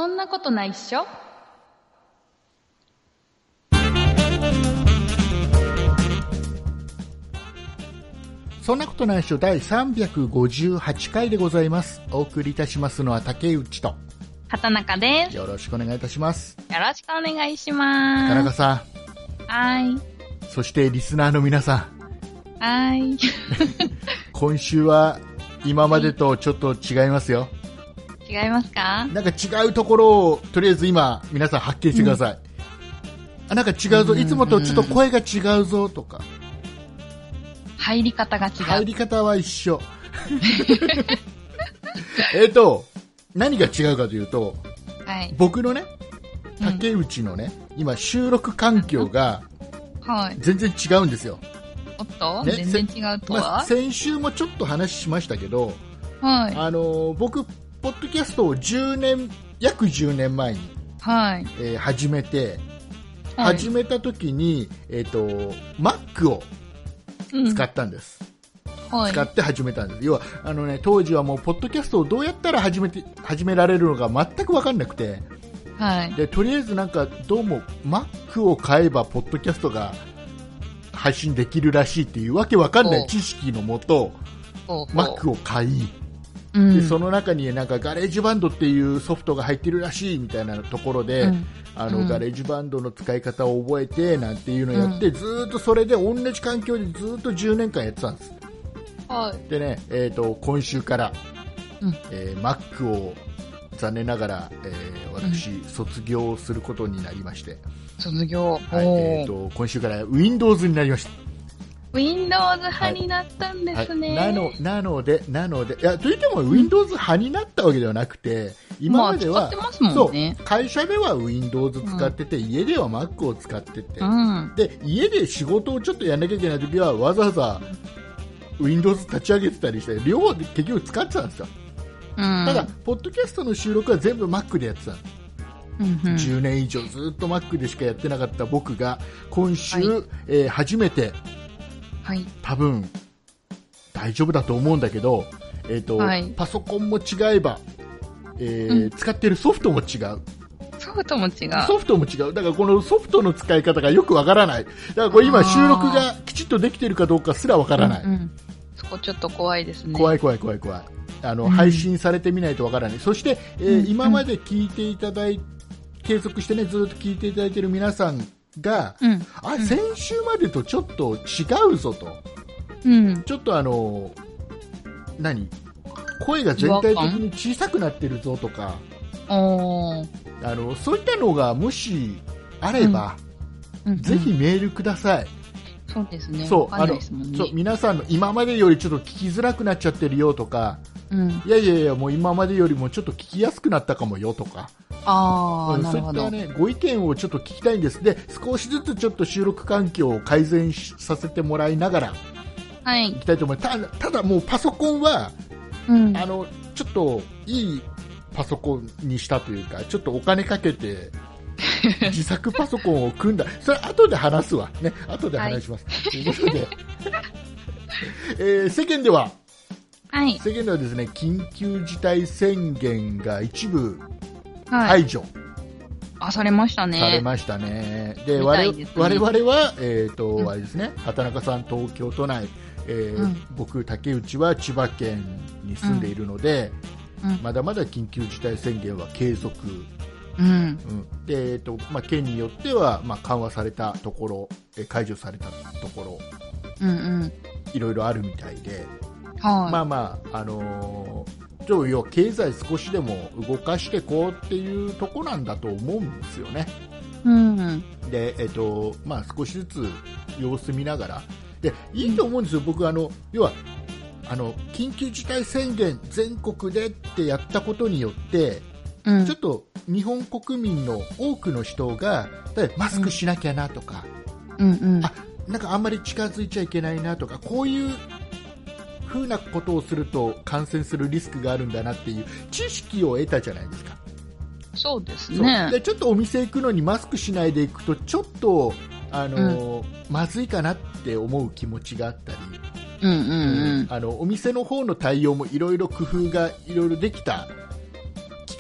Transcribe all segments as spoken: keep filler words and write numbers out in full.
そんなことないっしょ。 そんなことないっしょだいさんびゃくごじゅうはちかいでございます。お送りいたしますのは竹内と畑中です。 よろしくお願いいたします。 よろしくお願いします。 田中さん。はい。 そしてリスナーの皆さん。はい。 今週は今までとちょっと違いますよ。 違いますか？ なんか違うところをとりあえず今皆さん発見してください。うん、あ、なんか違うぞ、いつもとちょっと声が違うぞとか。 入り方が違う。 入り方は一緒。えっと、何が違うかというと、 はい、 僕のね、竹内のね、うん、今収録環境が全然違うんですよ。 おっと、ね、全然違うとは、 まあ、先週もちょっと話しましたけど、 はい、 あの僕、ポッドキャストをじゅうねん、約じゅうねんまえに、 はいえー、始めて、はい、始めた時に、えっと、Mac を使ったんです、うんはい、使って始めたんです。要はあの、ね、当時はもうポッドキャストをどうやったら始めて始められるのか全く分かんなくて、 はい、 でとりあえずなんかどうも Mac を買えばポッドキャストが配信できるらしいっていうわけ分かんない知識のもと Mac を買い、うん、でその中になんかガレージバンドっていうソフトが入ってるらしいみたいなところで、うんあのうん、ガレージバンドの使い方を覚えてなんていうのをやって、うん、ずっとそれで同じ環境でずっとじゅうねんかんやってたんです、 はい、 でね、えーと、今週から、 うんえー、Mac を残念ながら、えー、私、うん、卒業することになりまして、 卒業、 はいえーと、今週から Windows になりました。 Windows 派になったんですね、 はいはい、なの、なので、なので、いや、といっても Windows 派になったわけではなくて、今までは、 まあ、使ってますもんね。 そう、会社では Windows 使ってて、うん、家では Mac を使ってて、 うん、 で、家で仕事をちょっとやんなきゃいけないときは、わざわざ Windows 立ち上げてたりして、両方で結局使ってたんですよ。 うん、 ただ、ポッドキャストの収録は全部 Mac でやってた。 うんうん、 じゅうねん以上ずっと Mac でしかやってなかった僕が、今週、はいえー、初めて、 はい、 多分大丈夫だと思うんだけど、えーとはい、パソコンも違えば、えーうん、使っているソフトも違う。 ソフトも違う。 ソフトも違う。だからこのソフトの使い方がよくわからない。だからこれ今収録がきちっとできているかどうかすらわからない、 うんうん。そこちょっと怖いですね。 怖い怖い怖い怖い。あの、うん、配信されてみないとわからない。そして、えーうん、今まで聞いていただい継続してねずっと聞いていただいている皆さんが、 うん、 あ先週までとちょっと違うぞと、 うん、 ちょっとあの何声が全体的に小さくなってるぞとか、 あのそういったのがもしあれば、うんうんうん、ぜひメールください。 そうですね。 そうあのそう皆さんの今までよりちょっと聞きづらくなっちゃってるよとか、 うん、 いやいやいやもう今までよりもちょっと聞きやすくなったかもよとか、 あ、 うん、そういった、ね、ご意見をちょっと聞きたいんです。で少しずつちょっと収録環境を改善させてもらいながらはいいきたいと思います。ただ、ただもうパソコンは、 うん、 あのちょっといいパソコンにしたというかちょっとお金かけて自作パソコンを組んだそれ後で話すわね後で話します、はい、ということで、えー、世間では、 はい、 世間ではですね緊急事態宣言が一部排除、はい、 あされましたねされましたね。で、我々は、えーとうん、あれですね、畑中さん東京都内、えーうん、僕竹内は千葉県に住んでいるので、うん、まだまだ緊急事態宣言は継続、 うんうん、 でえーとまあ、県によっては、まあ、緩和されたところ解除されたところ、 うんうん、 いろいろあるみたいで、 はい、 まあまあ、あのー、要は経済少しでも動かしていこうっていうとこなんだと思うんですよね、 うんうん、 でえーとまあ、少しずつ様子見ながらでいいと思うんですよ、うん、僕あの要はあの緊急事態宣言全国でってやったことによって、うん、ちょっと日本国民の多くの人がマスクしなきゃなとか、 うんうんうん、 あなんかあんまり近づいちゃいけないなとかこういう風なことをすると感染するリスクがあるんだなっていう知識を得たじゃないですか。 そうですね。 でちょっとお店行くのにマスクしないで行くとちょっとあの、うん、まずいかなって思う気持ちがあったり、 うんうんうんうん、 あのお店の方の対応もいろいろ工夫がいろいろできた期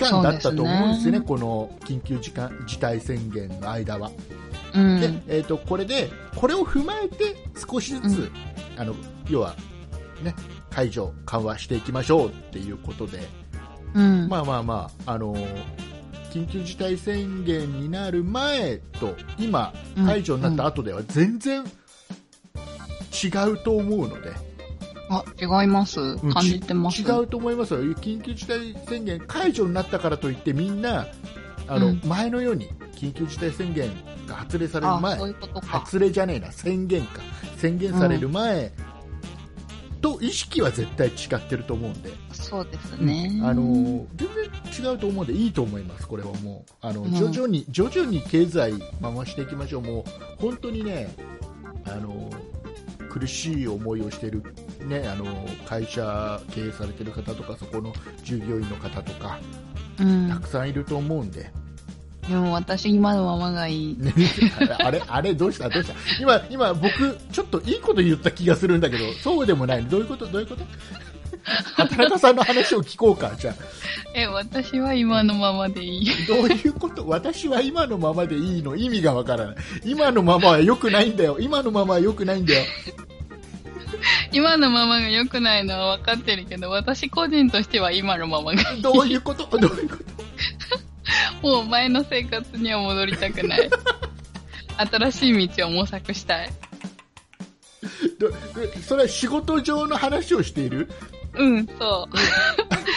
間だったと思うんですよね、この緊急事態事態宣言の間は。 うん、 で、えーと、これでこれを踏まえて少しずつ、うん、あの要は、ね、解除緩和していきましょうっていうことで、 うん、 まあまあまあ、あのー、緊急事態宣言になる前と今解除になった後では全然違うと思うので、 あ、違います、感じてます。 違うと思いますよ。緊急事態宣言解除になったからといってみんなあの、うん、前のように緊急事態宣言が発令される前、 そういうことか、 発令じゃねえな、宣言か、宣言される前、うん、と意識は絶対違ってると思うんで、 そうですね、 うん、あの全然違うと思うんでいいと思います。これはもうあの、うん、徐々に徐々に経済回していきましょう。もう本当にね、あの苦しい思いをしている、ね、あの会社経営されている方とかそこの従業員の方とか、うん、たくさんいると思うんで。 でも私今のままがいいあれあれどうしたどうした今今僕ちょっといいこと言った気がするんだけどそうでもない。どういうことどういうこと畑中さんの話を聞こうか。じゃあえ私は今のままでいい。 どういうこと？私は今のままでいいの意味がわからない。今のままは良くないんだよ。今のままは良くないんだよ。 今のままが良くないのは分かってるけど、私個人としては今のままがいい。 どういうことどういうこともう前の生活には戻りたくない。新しい道を模索したい。 どそれは仕事上の話をしている？ うん、そう。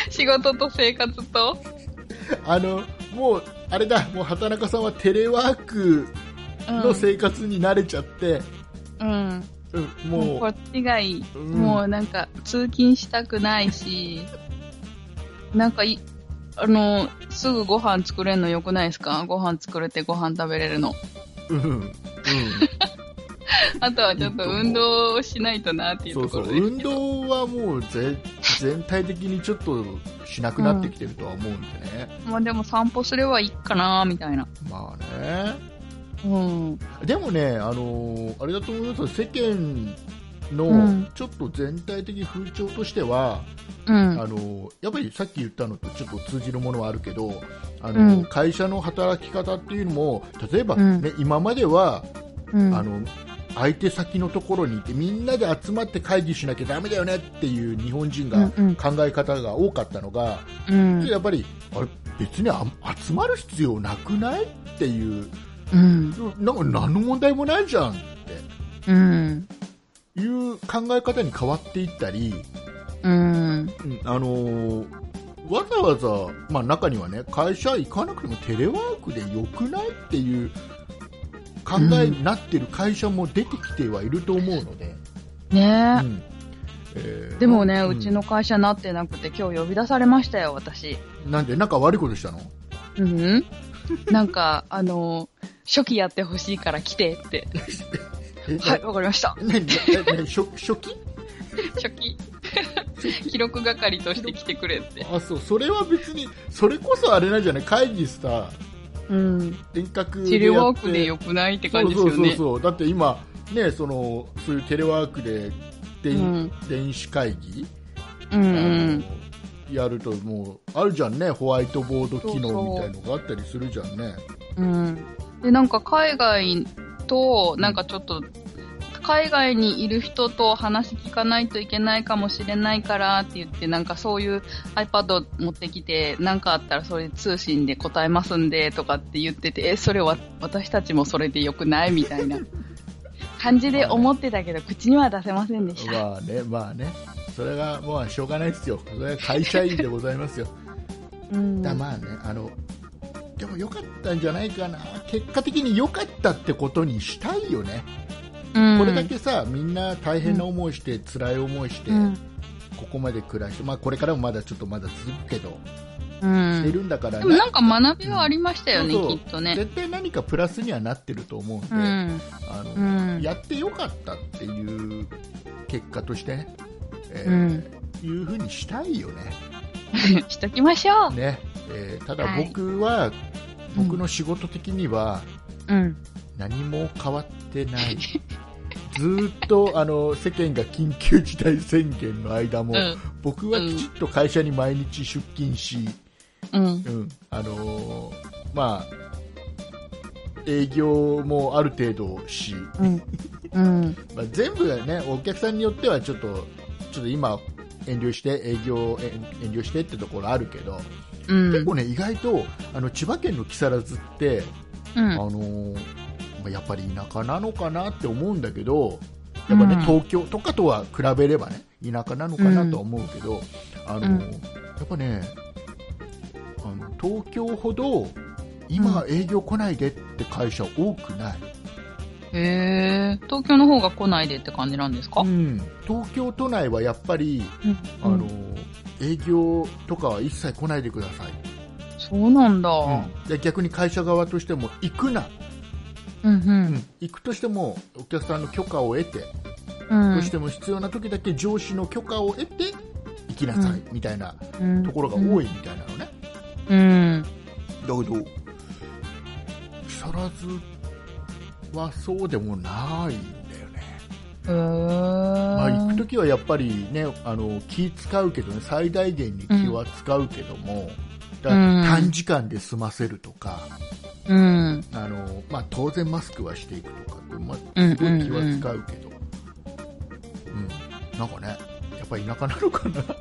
仕事と生活と。 あの、もう、あれだ、もう畑中さんはテレワークの生活に慣れちゃって、 うん。 うん、もう、 もうこっちがいい。うん、もうなんか、通勤したくないし、なんかい、あの、すぐご飯作れるの良くないですか？ご飯作れてご飯食べれるの。 うん。うん。 あとはちょっと運動をしないとなっていうところで。 そうそう、運動はもうぜ全体的にちょっとしなくなってきてるとは思うんでね。 うん、まあでも散歩すればいいかなみたいな。 まあね。 うん。 でもね、あのー、あれだと思いますよ。世間のちょっと全体的風潮としては、うん、あのやっぱりさっき言ったのとちょっと通じるものはあるけど、あの、うん、会社の働き方っていうのも例えば、ね、うん、今までは、うん、あの相手先のところにいてみんなで集まって会議しなきゃダメだよねっていう日本人が考え方が多かったのが、うんうん、やっぱりあれ別に集まる必要なくないっていう、うん、なんか何の問題もないじゃんって、うん、いう考え方に変わっていったり、うん、あのー、わざわざ、まあ、中にはね会社行かなくてもテレワークでよくないっていう考えになってる会社も出てきてはいると思うので、 うん、ね、うんえー、でもね、うん、うちの会社なってなくて今日呼び出されましたよ私。 なんでなんか悪いことしたの？ うん、なんかあの初期やってほしいから来てってはいわかりました。 何初, 初期初期記録係として来てくれって。 あ、そう、それは別にそれこそあれなんじゃない？会議さ、うん、遠隔でやってテレワークでよくないって感じですよね。 そうそうそう、だって今ね、そのそういうテレワークで 電,、うん、電子会議、うんうん、やるともうあるじゃんね、ホワイトボード機能みたいのがあったりするじゃんね。 うん、でなんか海外となんかちょっと、うん、海外にいる人と話聞かないといけないかもしれないからって言って、なんかそういう iPad 持ってきて、なんかあったらそれ通信で答えますんでとかって言ってて、え、それは私たちもそれでよくないみたいな感じで思ってたけど、口には出せませんでした。 まあね、まあね。それがもうしょうがないですよ。それは会社員でございますよ。うん、だまあね、あの、でも良かったんじゃないかな。結果的に良かったってことにしたいよね。うん、これだけさ、みんな大変な思いして、うん、辛い思いして、うん、ここまで暮らして、まあこれからもまだちょっとまだ続くけど、うん、してるんだから、 でもなんか学びはありましたよね、うん、そうそうきっとね。 絶対何かプラスにはなってると思うんで、うん、あのうん、やってよかったっていう結果としてね、えーうん、いう風にしたいよね。 しときましょう。 ね、えー、ただ僕は、はい、僕の仕事的には、うん、何も変わってない。ずっとあの世間が緊急事態宣言の間も、うん、僕はきちっと会社に毎日出勤し、 うん。 うん。あのー、まあ、営業もある程度し、 うんうんまあ全部がね、お客さんによってはちょっと、ちょっと今、遠慮して、営業遠慮してってところあるけど、うん、結構ね、意外と、あの、千葉県の木更津って、うん、あのー、まあ、やっぱり田舎なのかなって思うんだけど、やっぱね、うん、東京とかとは比べればね、田舎なのかなとは思うけど、うん、あのー、やっぱね、あの東京ほど、今営業来ないでって会社多くない。 へー、東京の方が来ないでって感じなんですか？ うん、東京都内はやっぱり、うん、あの営業とかは一切来ないでください。 そうなんだ。 うん、で逆に会社側としても行くな、 うんうんうん、 行くとしてもお客さんの許可を得て、うん、どうしても必要な時だけ上司の許可を得て行きなさい、うん、みたいなところが多いみたいなのね。 うん、 だけど木更津はそうでもないんだよね。 へー、 まあ、行くときはやっぱりね、あの気使うけどね、最大限に気は使うけども、うん、だから短時間で済ませるとか、うん、あのまあ、当然マスクはしていくとか、まあ、すごい気は使うけど、うんうんうん、なんかね、やっぱり田舎なのかなね、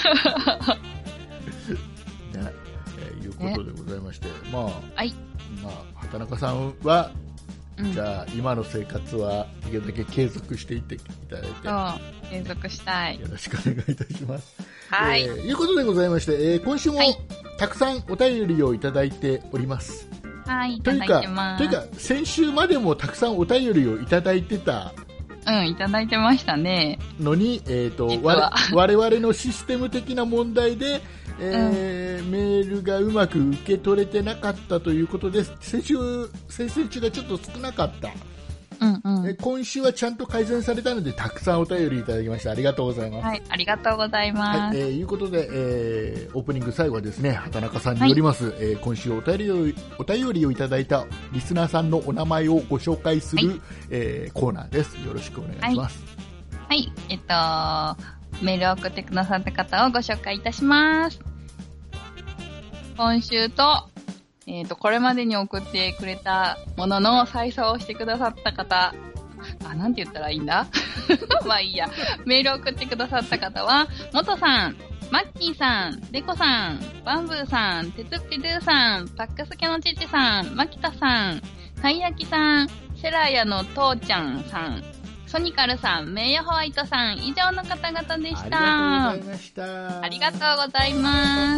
えー、いうことでございまして、まあ、 はい、 まあ、畑中さんは、うん、じゃあ今の生活はできるだけ継続していっていただいて、 そう継続したい、 よろしくお願いいたします。 はい、 えー、いうことでございまして、えー、今週もたくさんお便りをいただいております。 はい、いただいてます。というか、というか先週までもたくさんお便りをいただいてた、 うん、いただいてましたね。 のに、えーと、我, 我々のシステム的な問題で、えーうん、メールがうまく受け取れてなかったということで、先週、先々週がちょっと少なかった。 うんうん、 え今週はちゃんと改善されたので、たくさんお便りいただきました。ありがとうございます。 はい、ありがとうございます。 はい、えー、いうことで、えー、オープニング最後はですね、畑中さんによります、はい、えー、今週お便りを、お便りをいただいたリスナーさんのお名前をご紹介する、はい、えー、コーナーです。よろしくお願いします。 はい、はい、えっと、メールを送ってくださった方をご紹介いたします。今週と、えっと、これまでに送ってくれたものの再送をしてくださった方、あ、なんて言ったらいいんだまあいいや。メールを送ってくださった方は、もとさん、マッキーさん、デコさん、バンブーさん、テツッピドゥさん、パックスケのチッチさん、マキタさん、たいやきさん、シェラヤの父ちゃんさん、ソニカルさん、メイヤホワイトさん、以上の方々でした。 ありがとうございました。 ありがとうございます。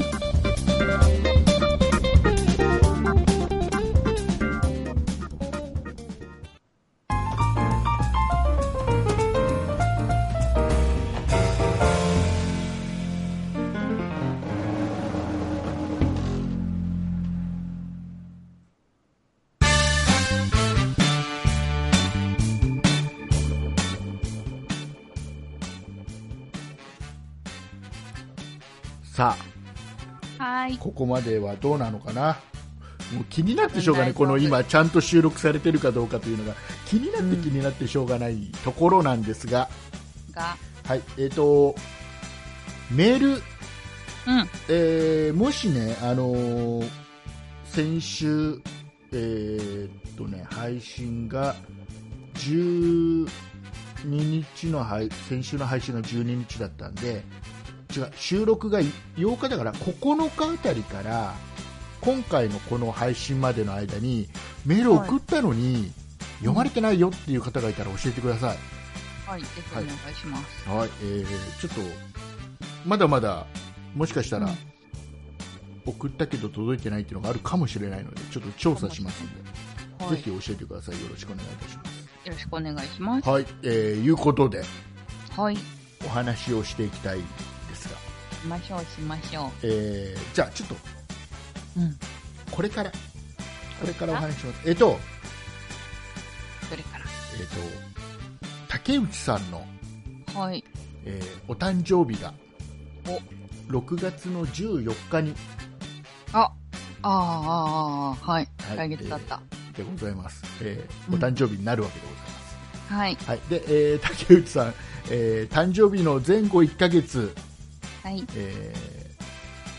さあ、 はい、 ここまではどうなのかな。もう気になってしょうがない。この今ちゃんと収録されてるかどうかというのが気になって気になってしょうがないところなんですが、 うん、がはい、えーとメール、 うん、 えー、もしね、あのー、先週、えーとね、配信がじゅうににちの配先週の配信がじゅうににちだったんで、違う、収録がようかだからここのかあたりから今回のこの配信までの間にメールを送ったのに読まれてないよっていう方がいたら教えてください。 はい、ぜひお願いします。 はい、はい、えー、ちょっとまだまだもしかしたら、うん、送ったけど届いてないっていうのがあるかもしれないのでちょっと調査しますので、はい、ぜひ教えてください。よろしくお願いいたします。 よろしくお願いします。 はい、えー、いうことで、 はい、 お話をしていきたいですが、 しましょうしましょう。 えー、じゃあちょっと、 うん、 これからこれからお話します。えっ、ー、とそれからえっ、ー、と竹内さんの、 はい、 えー、お誕生日がろくがつのじゅうよっかに、 あ、あああ、はい、はい、来月だった、 えー、でございます、えー、お誕生日になるわけでございます、 うん、はい、 はい、で、えー、竹内さん、えー、誕生日の前後いっかげつ、 はい、 え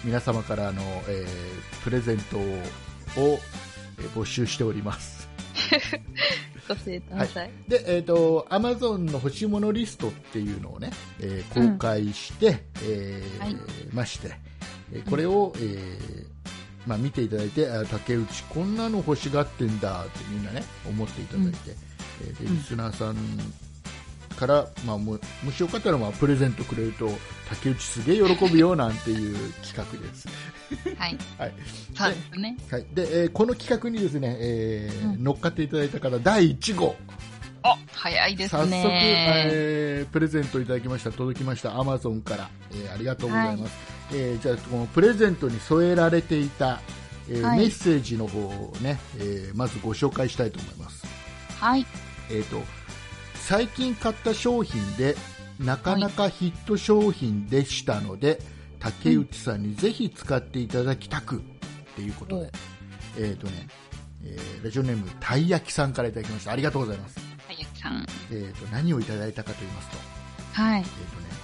皆様からの、えー、プレゼントを、えー、募集しておりますご清ください。はい、 で、えっ、ー、と、アマゾンの欲しいものリストっていうのをね、えー、公開して、うん、えーはい、まして、これを、えーまあ、見ていただいて、竹内こんなの欲しがってんだってみんなね思っていただいて、うん、えー、でリスナーさんから、まあ、も, もしよかったらまあプレゼントくれると竹内すげえ喜ぶよなんていう企画です。 はい。 はい。 そうですね。 はい。で、えー、この企画にですね、えーうん、乗っかっていただいた方だいいち号。 あ、早いですね。 早速、えー、プレゼントいただきました。届きました。アマゾンから、えー、ありがとうございます。はい、えー、じゃあこのプレゼントに添えられていた、えーはい、メッセージの方をね、えー、まずご紹介したいと思います。 はい。 えっと。最近買った商品でなかなかヒット商品でしたので、はい、竹内さんにぜひ使っていただきたくっていうことで、うん、えっ、ー、とね、えー、ラジオネームたい焼きさんからいただきました。ありがとうございます。 たい焼きさん。 えっ、ー、と何をいただいたかと言いますと、 はい。 えっ、ー、とね、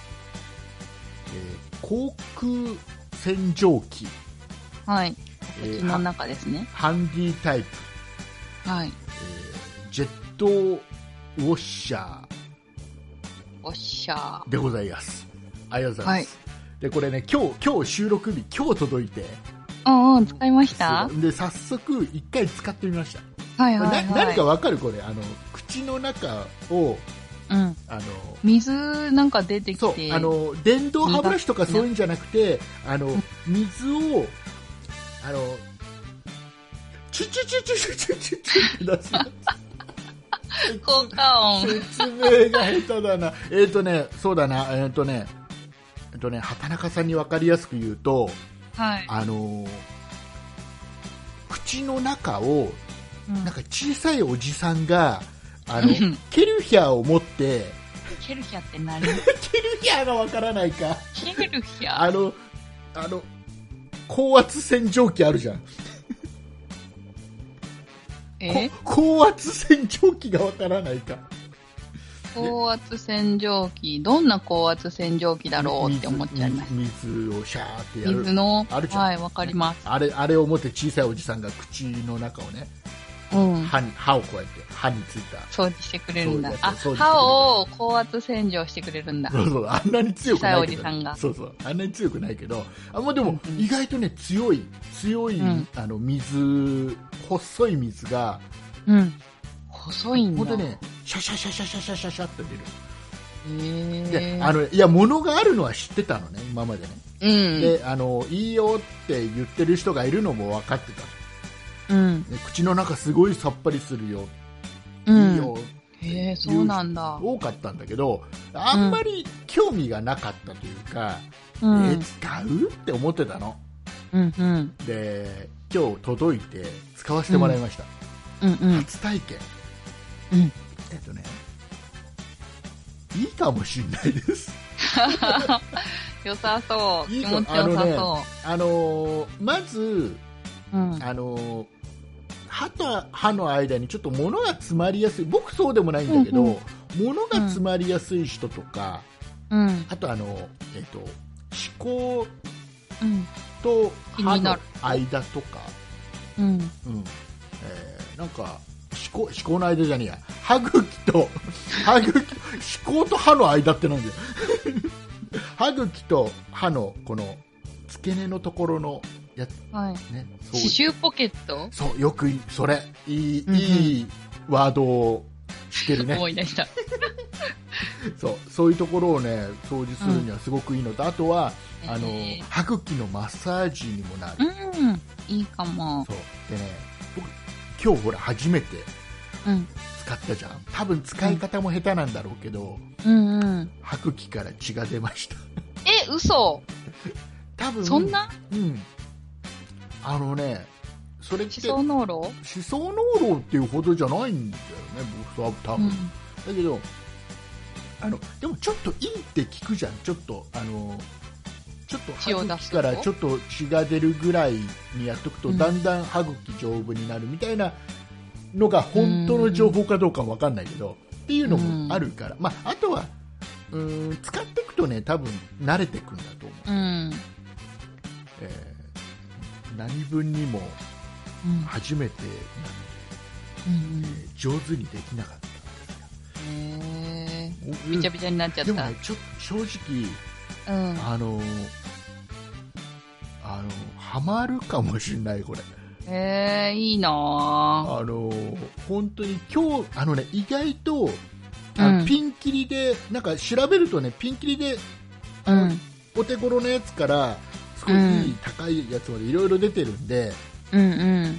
えー、航空洗浄機。 はい。えー、の中ですね。 ハンディタイプ。 はい。 えー、ジェットウォッシャーウォッシャーでございます。ありがとうございます。はい、でこれね今日今日収録日今日届いて、 うんうん使いました。 で早速一回使ってみました。 はいはいはい、 な何かわかるこれあの口の中を、 うん、あの水なんか出てきてそうあの電動歯ブラシとかそういうんじゃなくてあの、うん、水をあのチュチュチュチュチュチュチュチュって出す効果音説明が下手だなえっとねそうだなえっ、ー、とねえっ、ー、とね畑中さんに分かりやすく言うと、 はい、 あの口の中を、うん、なんか小さいおじさんがあのケルヒャーを持ってケルヒャーって何ケルヒャーが分からないかケルヒャーあのあの高圧洗浄機あるじゃんえ高圧洗浄機がわからないか高圧洗浄機どんな高圧洗浄機だろうって思っちゃいます。 水をシャーってやる水のあるじゃん。 はいわかります。 あれあれを持って小さいおじさんが口の中をね、 うん、 歯に歯をこうやって歯についた掃除してくれるんだ。あ歯を高圧洗浄してくれるんだ。 そうそうあんなに強くないけど小さいおじさんがそうそうあんなに強くないけどあもうでも、うん、意外とね強い強い、うん、あの水細い水がうん細いんだ。 ほんとねシャシャシャシャシャシャシャシャって出る。 へーであのいや物があるのは知ってたのね今までね、 うん、 であのいいよって言ってる人がいるのも分かってた、うん、 口の中すごいさっぱりするよ、 うん、 いいよへーそうなんだ多かったんだけどあんまり興味がなかったというか、うん、え使うって思ってたの、 うんうん、 で今日届いて使わせてもらいました、 うんうんうん、 初体験、 うん、 えっとねいいかもしれないです良さそういい気持ちよさそう。 あのね、あのー、まず、 うん、 あのー、歯と歯の間にちょっと物が詰まりやすい僕そうでもないんだけど、うんうん、物が詰まりやすい人とか、 うん、 あとあの、えっと、歯垢と歯の間とか、 うんうんえー、なんか歯垢、歯垢の間じゃねえや歯茎と歯茎歯垢と歯の間ってなんだよ歯茎と歯のこの付け根のところのやつ、 はいね、 そう歯周ポケットそうよくそれいい、 うんうん、 いいワードを知ってるね思い出したそうそういうところをね掃除するにはすごくいいのと、うん、あとはあの、 えー、 歯茎のマッサージにもなる、 うん、いいかも。 そうでね僕今日ほら初めて使ったじゃん、うん、多分使い方も下手なんだろうけど、 うんうん、 歯茎から血が出ましたえ嘘多分そんなうんあのねそれって歯槽膿漏歯槽膿漏っていうほどじゃないんだよね僕は多分、うん、だけどあのでもちょっといいって聞くじゃんちょっとあのちょっと歯茎からちょっと血が出るぐらいにやっとくと、うん、だんだん歯茎丈夫になるみたいなのが本当の情報かどうかわかんないけどっていうのもあるから、まあ、あとはうーん使っていくとね多分慣れていくんだと思う、 うんえー、何分にも初めてなので、うんえー、上手にできなかったんですよ。 へー、びちゃびちゃになっちゃった。 でもね、ちょ正直、うん、あのあのハマるかもしれないこれ。 へー、いいなあの本当に今日あのね意外とあの、うん、ピンキリでなんか調べるとねピンキリで、うん、お手頃のやつからすごいいい高いやつまでいろいろ出てるんで、うんうん、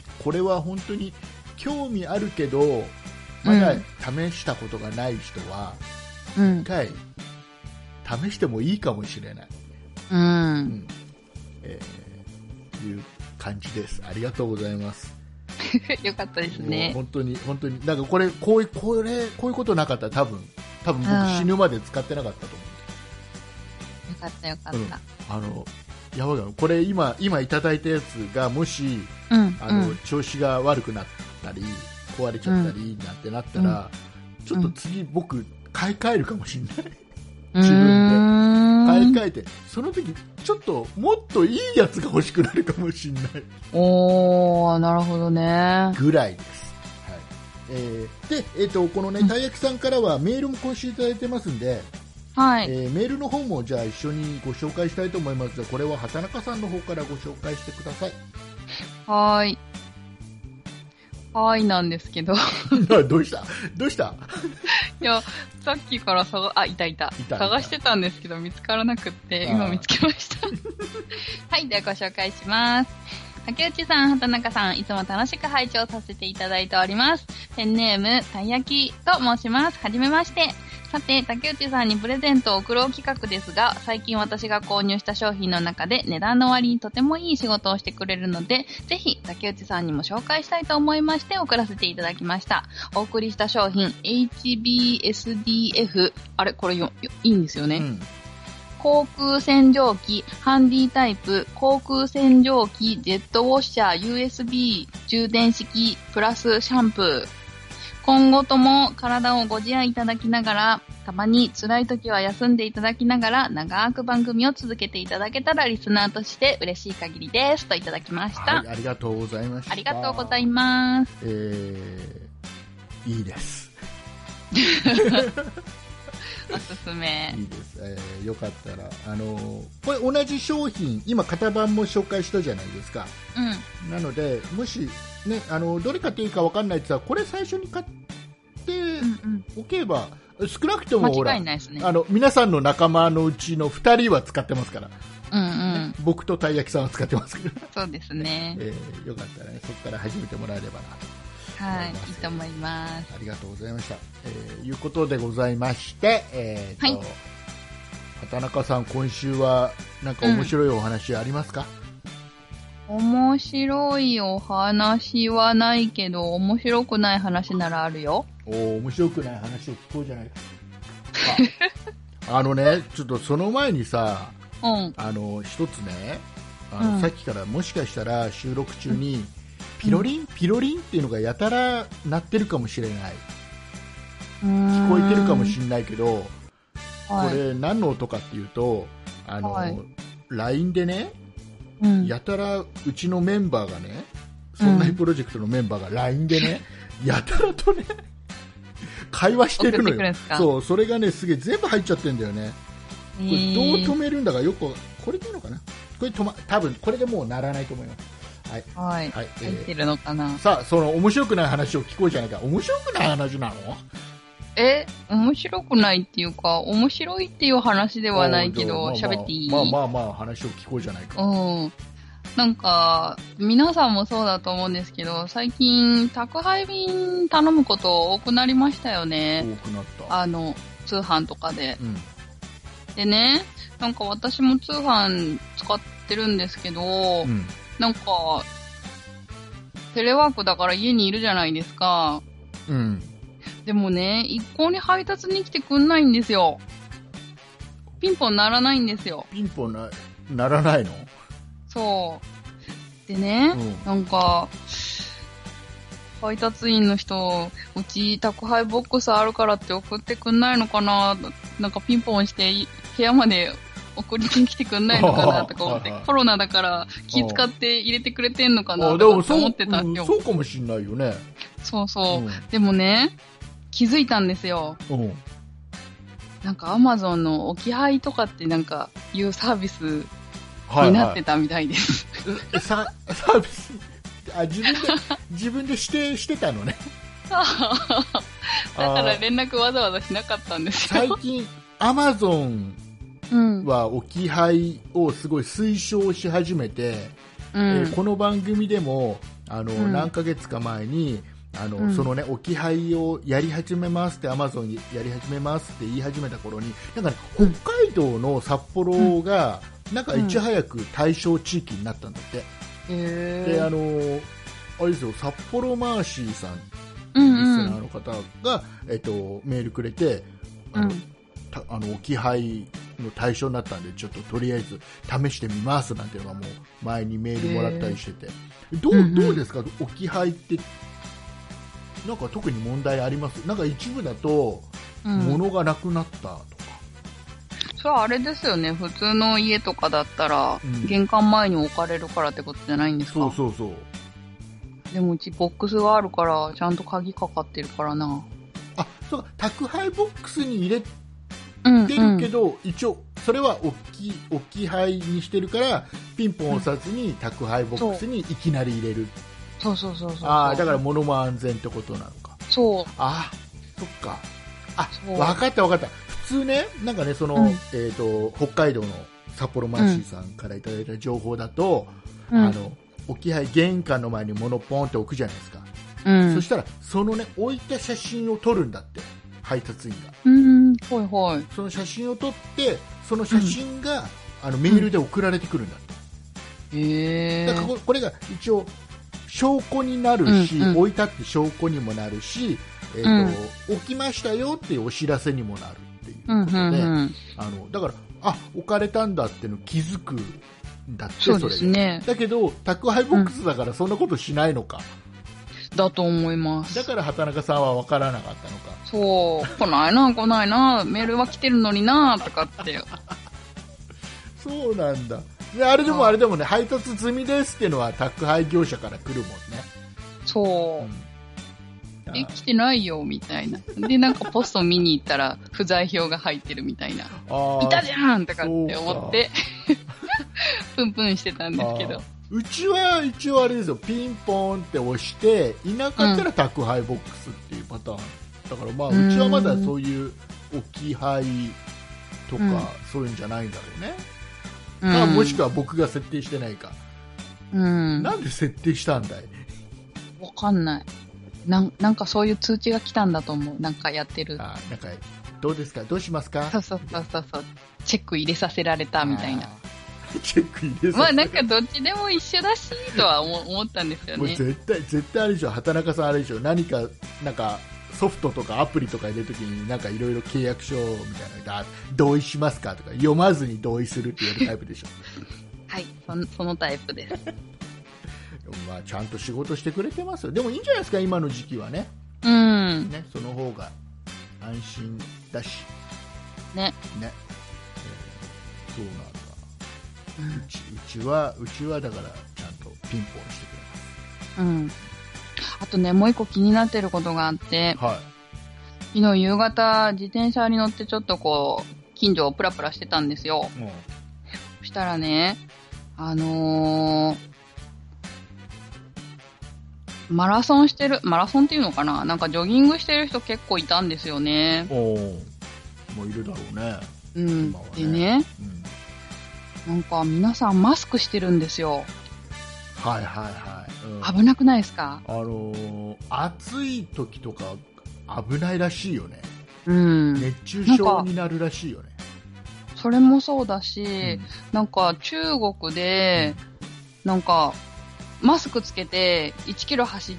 これは本当に興味あるけどまだ試したことがない人は、うん、一回試してもいいかもしれない、うんうんえー、いう感じです。ありがとうございます。 よかったですね。 本当に本当になんかこれこういうこれこういうことなかったら多分多分僕死ぬまで使ってなかったと思う。よかったよかった。 うん、あのやばいよこれ今今いただいたやつがもし、うん、あの、うん、調子が悪くなったり壊れちゃったりなんてなったら、うん、ちょっと次僕買い替えるかもしれない。自分で買い替えてその時ちょっともっといいやつが欲しくなるかもしれない。 おー、なるほどね。 ぐらいです。はいえー、で、えー、とこのねたい焼きさんからはメールも今週いただいてますんで、はいえー、メールの方もじゃあ一緒にご紹介したいと思います。じゃあこれは畑中さんの方からご紹介してください。 はい。はーいなんですけどどうしたどうしたいや、さっきから探、あ、いたいた。いた探してたんですけど、見つからなくって、今見つけました。はい、ではご紹介します。竹内さん、畑中さん、いつも楽しく拝聴させていただいております。ペンネーム、たい焼きと申します。はじめまして。さて、竹内さんにプレゼントを贈ろう企画ですが、最近私が購入した商品の中で値段の割にとてもいい仕事をしてくれるので、ぜひ竹内さんにも紹介したいと思いまして送らせていただきました。お送りした商品、エイチビーエスディーエフ、あれこれよ、いいんですよね。うん航空洗浄機、ハンディタイプ、航空洗浄機、ジェットウォッシャー、ユーエスビー、充電式、プラスシャンプー。今後とも体をご自愛いただきながら、たまに辛い時は休んでいただきながら、長く番組を続けていただけたらリスナーとして嬉しい限りです。といただきました。 はい、ありがとうございました。 ありがとうございます。 えー、いいです。 おすすめ。 いいです、えー、よかったら、あのー、これ同じ商品今型番も紹介したじゃないですか、うん、なのでもし、ね、あのどれ買っていいか分かんないって言ったらこれ最初に買っておけば、うんうん、少なくともほら、ね、あの皆さんの仲間のうちのふたりは使ってますから、うんうんね、僕とたい焼きさんは使ってますからそうですね、 えー、よかったら、ね、そこから始めてもらえればなと。 はい、いいと思います。 ありがとうございました。えー、いうことでございまして、えーと、はい、畑中さん、今週はなんか面白いお話ありますか？ うん、面白いお話はないけど、面白くない話ならあるよ。 おー、面白くない話を聞こうじゃないか。あ, あのね、ちょっとその前にさ、うん、あの一つね、あの、うん、さっきからもしかしたら収録中に、うんピロリン、うん、ピロリンっていうのがやたら鳴ってるかもしれない。聞こえてるかもしれないけど、はい、これ何の音かっていうと、あの、はい、ライン でね、うん、やたらうちのメンバーがね、そんなプロジェクトのメンバーが ライン でね、うん、やたらとね、会話してるのよ。そう、それがね、すげえ全部入っちゃってるんだよね。これどう止めるんだかよく、これでいいのかな？これ止ま、多分これでもう鳴らないと思います。はい、 はい、はい、えー、入ってるのかな。 さあ、その面白くない話を聞こうじゃないか。面白くない話なの？ え、面白くないっていうか、面白いっていう話ではないけど、喋、まあまあ、っていい？ まあまあまあ話を聞こうじゃないか。 うん。なんか、皆さんもそうだと思うんですけど、最近、宅配便頼むこと多くなりましたよね。 多くなった。 あの、通販とかで。うん、でね、なんか私も通販使ってるんですけど、うんなんか、テレワークだから家にいるじゃないですか。うん。でもね、一向に配達に来てくんないんですよ。ピンポン鳴らないんですよ。 ピンポンな、鳴らないの？ そう。でね、うん、なんか、配達員の人、うち宅配ボックスあるからって送ってくんないのかななんかピンポンして部屋まで送りに来てくんないのかなとか思って、コロナだから気使って入れてくれてんのかなとか思ってたんよ。そうかもしんないよね。 そうそう。うん、でもね、気づいたんですよ。うん、なんかアマゾンの置き配とかってなんかいうサービスになってたみたいです。 はいはい、サ, サービスあ自分で自分で指定してたのね。 だから連絡わざわざしなかったんですよ。 最近アマゾンは置き配をすごい推奨し始めて、うんえー、この番組でもあの、うん、何ヶ月か前にあの、うん、そのね置き配をやり始めますってアマゾンやり始めますって言い始めた頃になんか、ね、北海道の札幌が、うん、なんかいち早く対象地域になったんだって。 へであのあれですよ札幌マーシーさんリスナーの方が、えっと、メールくれてあの、うん、たあの置き配の対象になったんでちょっととりあえず試してみますなんていうのがもう前にメールもらったりしててどう、うんうん、どうですか置き配ってなんか特に問題ありますなんか一部だと、うん、物がなくなったとかそれはあれですよね普通の家とかだったら、うん、玄関前に置かれるからってことじゃないんですかそうそうそうでもうちボックスがあるからちゃんと鍵かかってるからなあそうか宅配ボックスに入れてるけど、うんうん、一応それは置き、置き配にしてるからピンポン押さずに宅配ボックスにいきなり入れるそうそうそうそうあだから物も安全ってことなのかそうあそっかあ分かった分かった普通ねなんかねその、うんえー、と北海道の札幌マーシーさんからいただいた情報だと、うん、あの置き配玄関の前に物ポンって置くじゃないですか、うん、そしたらそのね置いた写真を撮るんだって配達員がうんはいはいその写真を撮ってその写真が、うん、あのメールで送られてくるんだって、 うん、へだからここれが一応証拠になるし、うんうん、置いたって証拠にもなるし、えーとうん、置きましたよっていうお知らせにもなるっていうことで、うんうんうん、あのだからあ置かれたんだっていうの気づくんだってそうですねだけど宅配ボックスだからそんなことしないのか、 うん、だと思いますだから畑中さんは分からなかったのかそう来ないな来ないなメールは来てるのになとかってそうなんだであれでもあれでもね配達済みですっていうのは宅配業者から来るもんねそう、うん、え来てないよみたいなでなんかポスト見に行ったら不在票が入ってるみたいないたじゃんとかって思ってプンプンしてたんですけどうちは一応あれですよピンポンって押していなかったら宅配ボックスっていうパターン、うん、だからまあうちはまだそういう置き配とか、うん、そういうんじゃないんだろうねまあ、もしくは僕が設定してないか、うん、なんで設定したんだいわかんないなん、なんかそういう通知が来たんだと思うなんかやってるあなんかどうですかどうしますかそうそうそうそうチェック入れさせられたみたいなチェック入れさせられたまあなんかどっちでも一緒だしとは思思ったんですよねもう絶対絶対あれでしょ畑中さんあれでしょ何かなんかソフトとかアプリとか入れるときになんかいろいろ契約書みたいな同意しますかとか読まずに同意するって言われるタイプでしょはいそ、そのタイプですまあちゃんと仕事してくれてますよでもいいんじゃないですか今の時期はねうんねその方が安心だしねね、えー、そうなんだ、うん、うち、うちはうちはだからちゃんとピンポンしてくれますうんあとね、もう一個気になってることがあって、 はい、 昨日夕方自転車に乗ってちょっとこう、近所をプラプラしてたんですよ。うん、そしたらね、あのー、マラソンしてる、マラソンっていうのかななんかジョギングしてる人結構いたんですよね。 おー、もういるだろうね。 うん。ねでね、うん、なんか皆さんマスクしてるんですよ。 はいはいはい。 うん、危なくないですか？ あのー、暑い時とか危ないらしいよね。 うん。 熱中症になるらしいよね。 それもそうだし、うん、なんか中国で、うん、なんかマスクつけていちキロ走って、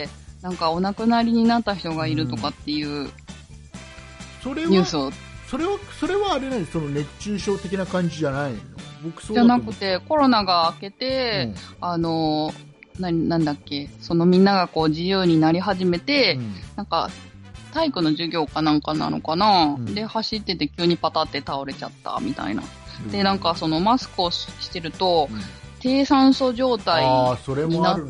なんかお亡くなりになった人がいるとかっていう、うん、 それはニュースを。 それは、それはあれなんです。その熱中症的な感じじゃないの？僕そうだと思う。じゃなくて、コロナが明けて、うん、あの、な、なんだっけ、そのみんながこう自由になり始めて、うん、なんか、 体育の授業かなんかなのかな、 うん、 で、走ってて急にパタって倒れちゃったみたいな。うん、で、なんかそのマスクをしてると、うん、低酸素状態になって、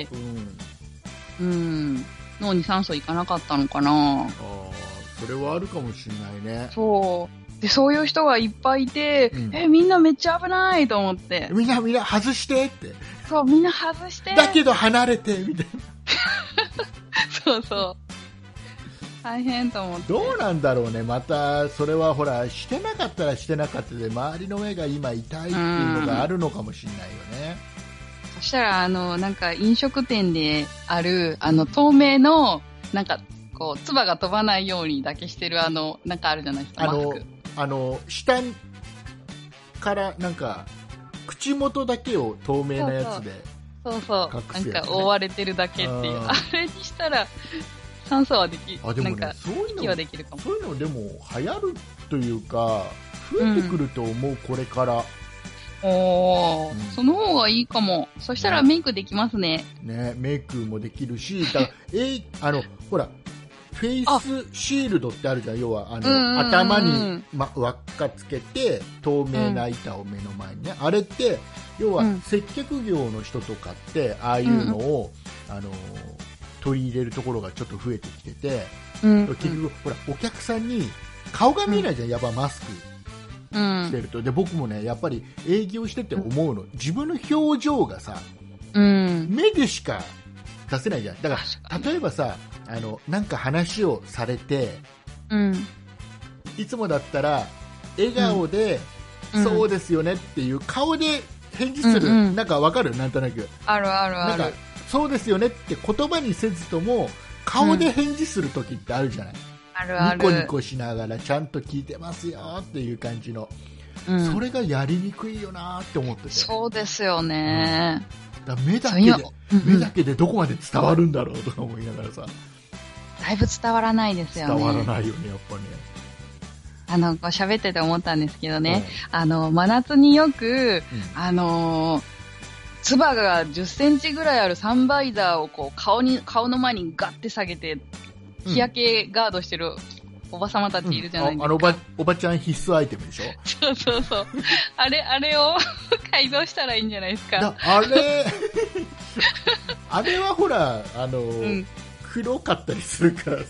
うん、うん、脳に酸素いかなかったのかな。ああ、 それはあるかもしれないね。 そう。で、そういう人がいっぱいいて、うん、え、みんなめっちゃ危ないと思って。 みんなみんな外してって。 そう、みんな外して。 だけど離れて、みたいな。 そうそう。大変と思って。 どうなんだろうね。また、それはほら、してなかったらしてなかったで、周りの目が今痛いっていうのがあるのかもしれないよね。 そしたら、あの、なんか飲食店である、あの、透明の、なんか、こう、唾が飛ばないようにだけしてる、あの、なんかあるじゃないですか、マスク。 あの、下からなんか口元だけを透明なやつでそうそう、ね、なんか覆われてるだけっていう、あれにしたら酸素はでき、 あ、でもね、 なんかそういうのはできるかも。 そういうのでも流行るというか増えてくると思う、うん、これから。 おー、うん、その方がいいかも。そしたらメイクできますね。 ね、メイクもできるし、だからえあのほら。フェイスシールドってあるじゃん。要はあの、うんうんうん、頭に、ま、輪っかつけて透明な板を目の前にね、うん、あれって要は、うん、接客業の人とかってああいうのを、うん、あの取り入れるところがちょっと増えてきてて、うんうん、結局ほらお客さんに顔が見えないじゃん、うん、やっぱマスクしてると。で僕もねやっぱり営業してて思うの、自分の表情がさ、うん、目でしか出せないじゃん。だから例えばさ、あのなんか話をされて、うん、いつもだったら笑顔で、うん、そうですよねっていう顔で返事する、うんうん、なんかわかる、なんとなくあるあるある、なんかそうですよねって言葉にせずとも顔で返事するときってあるじゃない、うん、 あるある、 ニコニコしながらちゃんと聞いてますよっていう感じの、うん、それがやりにくいよなって思ってて。 そうですよね、 うん、だ目だけで、うんうん、目だけでどこまで伝わるんだろうとか思いながらさ、 だいぶ伝わらないですよね。 伝わらないよね、やっぱね。 あの、こう喋ってて思ったんですけどね、うん、あの、真夏によく、うん、あのー、唾がじゅっセンチぐらいあるサンバイザーをこう顔に、顔の前にガッて下げて、日焼けガードしてるおばさまたちいるじゃないですか。うん、あ、あのおば、おばちゃん必須アイテムでしょ。 そうそうそう。あれ、あれを改造したらいいんじゃないですか。 あれ、あれはほら、あのー、うん、黒かったりするからさ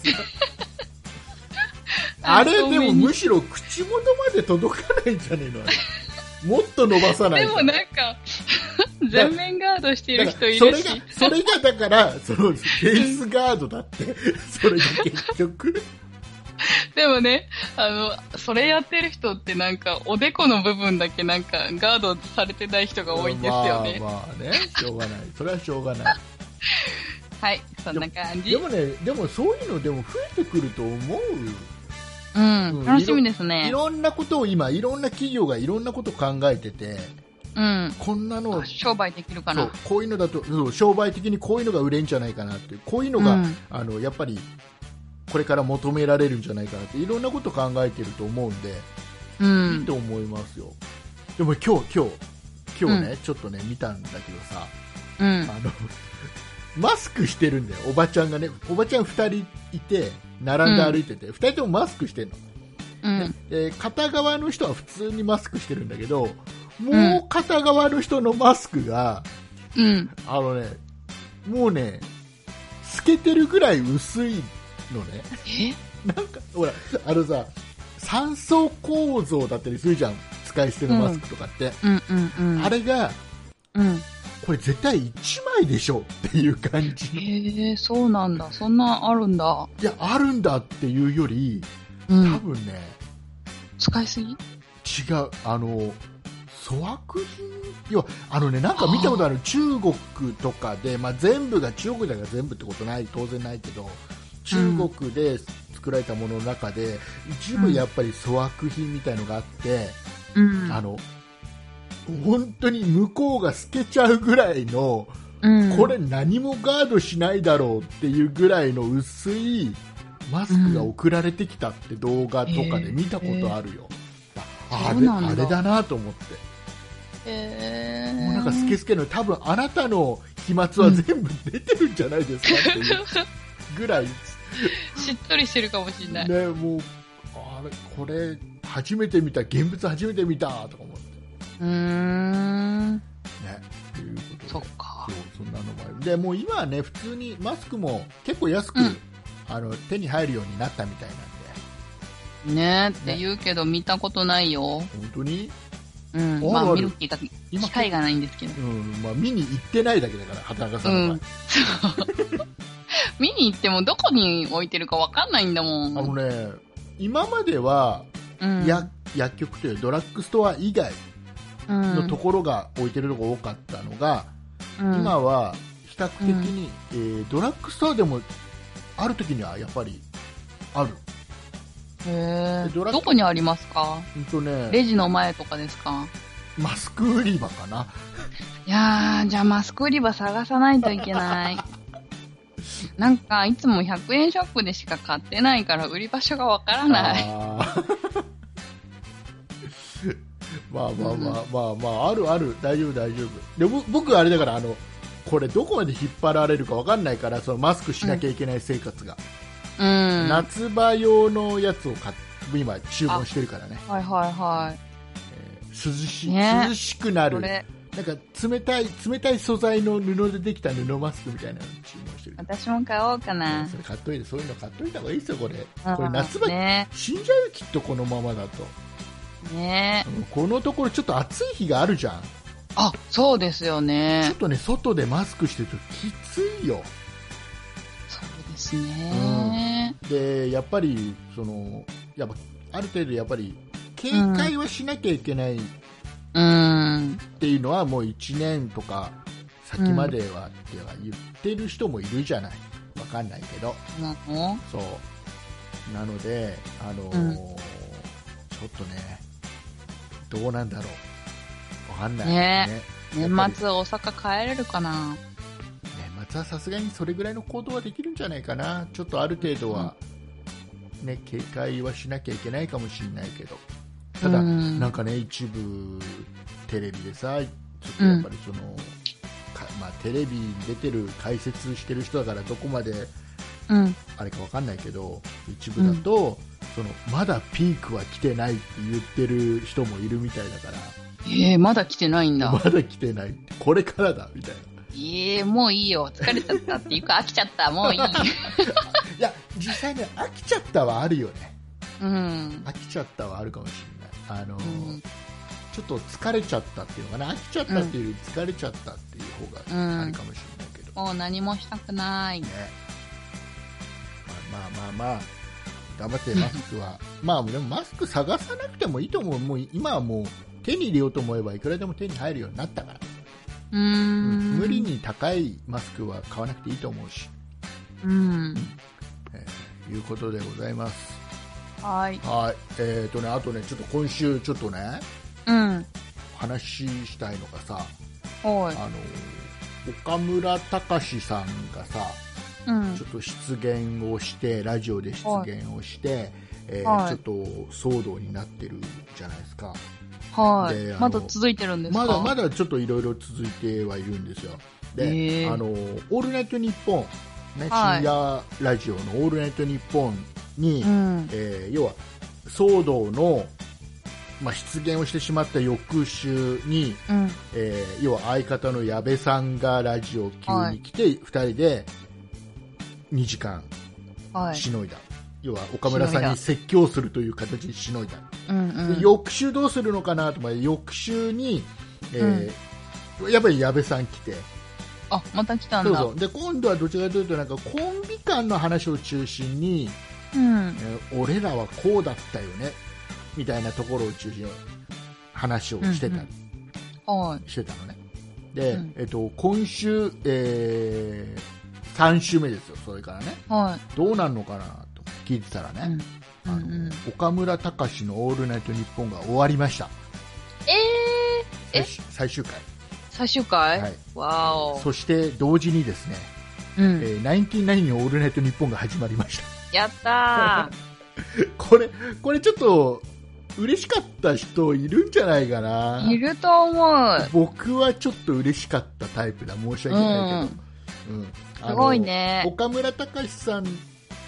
あれでもむしろ口元まで届かないんじゃねえの、あれもっと伸ばさないと。 でもなんか全面ガードしてる人いるし、 それがそれがだからそのフェイスガードだってそれが結局でもね、あのそれやってる人ってなんかおでこの部分だけなんかガードされてない人が多いんですよね。 まあまあね、しょうがない、それはしょうがないはい、そんな感じ。 でもね、でもそういうのでも増えてくると思う。 うん、うん、楽しみですね。 いろんなことを今、いろんな企業がいろんなことを考えてて、うん、こんなの商売できるかな。 そう、こういうのだと、うん、商売的にこういうのが売れんじゃないかなっていう、こういうのが、うん、あのやっぱりこれから求められるんじゃないかなっていろんなことを考えてると思うんで、うん、いいと思いますよ。でも今日今日今日ね、うん、ちょっとね見たんだけどさ、うん、あのマスクしてるんだよ、おばちゃんがね。おばちゃんふたりいて並んで歩いてて、うん、ふたりともマスクしてるの、うんで片側の人は普通にマスクしてるんだけど、もう片側の人のマスクが、うん、あのね、もうね透けてるぐらい薄いのね。えなんかほら、あのさ、三層構造だったりするじゃん、使い捨てのマスクとかって、うんうんうんうん、あれが、うん、これ絶対いちまいでしょっていう感じの。 へえ、そうなんだ、そんなあるんだ。 いや、あるんだっていうより、うん、多分ね、 使いすぎ？違う、あの粗悪品、要はあのね、なんか見たことある、中国とかで、まあ、全部が中国だから全部ってことない、当然ないけど、中国で作られたものの中で、うん、一部やっぱり粗悪品みたいのがあって、うん、あの本当に向こうが透けちゃうぐらいの、うん、これ何もガードしないだろうっていうぐらいの薄いマスクが送られてきたって動画とかで見たことあるよ、えー、あれ、あれだなと思って、えー、もうなんかスケスケの、多分あなたの飛沫は全部出てるんじゃないですかっていうぐらいしっとりしてるかもしれない。 ね、もう、あれ、これ、初めて見た、現物初めて見たとか思って。 うーん。ね、 ということで。 そっか。 そう、そんなのもある。で、もう今はね、普通にマスクも結構安く、うん、あの、手に入るようになったみたいなんで。ねって言うけど、見たことないよ。 本当に？ うん、まあ見るっていうか機会がないんですけど、 うん、まあ見に行ってないだけだから畑中さんの場合、うん、 見に行ってもどこに置いてるかわかんないんだもん。 あのね、今までは、うん、や薬局というドラッグストア以外のところが置いてるのが多かったのが、うん、今は比較的に、うん、えー、ドラッグストアでもある時にはやっぱりある。 へー、どこにありますか？ うんとね、 レジの前とかですか？ マスク売り場かな。 いやー、じゃあマスク売り場探さないといけない。なんかいつもひゃくえんショップでしか買ってないから売り場所がわからない。あまあまあまあまあまあ、あるある、大丈夫大丈夫。で僕あれだから、あのこれどこまで引っ張られるかわかんないから、そのマスクしなきゃいけない生活が。うん、夏場用のやつを買っ今注文してるからね。 はいはいはい。 えー、涼しい、ね、涼しくなる。なんか冷たい冷たい素材の布でできた布マスクみたいなのを注文してる。 私も買おうかな。 それ買っといて、そういうの買っといた方がいいですよこれ。これ夏場、ね、死んじゃうよきっとこのままだと。 ね。 このところちょっと暑い日があるじゃん。 あ、そうですよね。 ちょっとね外でマスクしてるときついよ。 ですね、 うん、でやっぱりそのやっぱある程度やっぱり警戒はしなきゃいけないっていうのはもういちねんとか先まではっては言ってる人もいるじゃない。わかんないけど、 うん、 そうなのであのーうん、ちょっとねどうなんだろう、わかんない、 ねね、年末大阪帰れるかな。 さすがにそれぐらいの行動はできるんじゃないかな。ちょっとある程度は、ね、警戒はしなきゃいけないかもしれないけど、ただ、うん、なんかね一部テレビでさ、ちょっとやっぱりその、うんまあ、テレビに出てる解説してる人だからどこまで、うん、あれかわかんないけど一部だと、うん、そのまだピークは来てないって言ってる人もいるみたいだから。 えー、まだ来てないんだ。 まだ来てない、これからだみたいな。 ええー、もういいよ、疲れちゃったっていうか飽きちゃった、もういい。いや実際ね飽きちゃったはあるよね。 うん。 飽きちゃったはあるかもしれない。あの、うん、ちょっと疲れちゃったっていうのかな。飽きちゃったっていうより疲れちゃったっていう方があるかもしれないけど。 うん、もう何もしたくない。ね。 まあまあまあまあ頑張ってマスクはまあでもマスク探さなくてもいいと思う。もう今はもう手に入れようと思えばいくらでも手に入るようになったから。 うーん、 無理に高いマスクは買わなくていいと思うし、 うんえー、いうことでございます。 はいはい、えーとね、あとねちょっと今週ちょっとね、 うん、 話したいのがさ、 はい、 あの岡村隆史さんがさ、うん、ちょっと出現をしてラジオで出現をして、はいえーはい、ちょっと騒動になってるじゃないですか。 はい、まだ続いてるんですか？ まだまだちょっといろいろ続いてはいるんですよ。で、あのオールナイトニッポン、ね、はい、深夜ラジオのオールナイトニッポンに、うんえー、要は騒動の、まあ、出現をしてしまった翌週に、うんえー、要は相方の矢部さんがラジオ急に来て、はい、ふたりでにじかんしのいだ。はい要は岡村さんに説教するという形でしのいだ、うんうん、で翌週どうするのかなと、翌週に、えーうん、やっぱり矢部さん来てあまた来たんだ。 そうそうで今度はどちらかというとなんかコンビ間の話を中心に、うんえー、俺らはこうだったよねみたいなところを中心に話をしてたり、 うんうん、 してたのねで、うんえっと、今週、えー、さん週目ですよ。それからね、 はい、 どうなるのかな聞いてたらね、うんうんうん、あの岡村隆史のオールナイトニッポンが終わりました。 えー、え最終回最終回、 はい、 わお。 そして同時にですね、うんえー、ナインティナインのオールナイトニッポンが始まりました。 やったーこれこれちょっと嬉しかった人いるんじゃないかな。 いると思う。 僕はちょっと嬉しかったタイプだ。申し訳ないけど、うんうん、 すごいね。 岡村隆史さん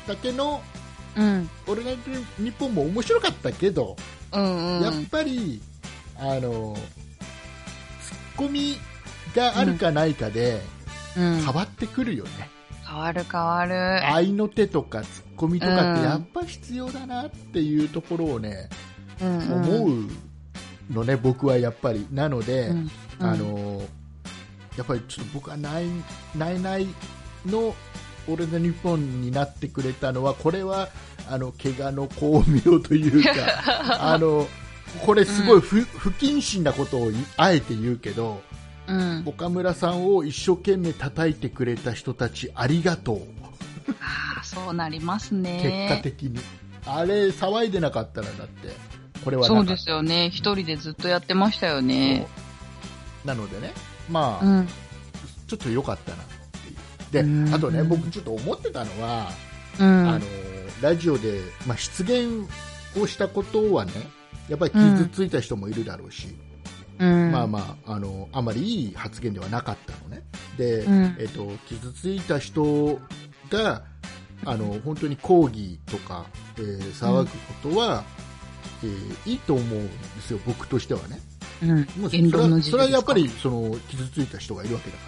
だけの、 うん、 オールナイトニッポンも面白かったけど、 うんうん、 やっぱりあのツッコミがあるかないかで変わってくるよね、 うん、変わる変わる。 合いの手とかツッコミとかってやっぱ必要だなっていうところをね、うんうん、思うのね、僕はやっぱり。なので、うんうん、あのやっぱりちょっと僕はないないないの俺の日本になってくれたのは、これはあの怪我の巧妙というかあのこれすごい不、うん、不謹慎なことをあえて言うけど、うん、岡村さんを一生懸命叩いてくれた人たちありがとうあ、そうなりますね。 結果的にあれ騒いでなかったらだってこれはなかった。 そうですよね、一人でずっとやってましたよね。 なのでね、まあ、うん、ちょっと良かったなっていう。で、あとね、僕ちょっと思ってたのは、うん、あのラジオで、まあ、失言をしたことはね、やっぱり傷ついた人もいるだろうし、うん、まあまあ、あのあまりいい発言ではなかったのね。で、うん、えっと、傷ついた人があの本当に抗議とか、えー、騒ぐことは、うん、えー、いいと思うんですよ、僕としてはね。うん、もうそれは、それはやっぱりその傷ついた人がいるわけだから、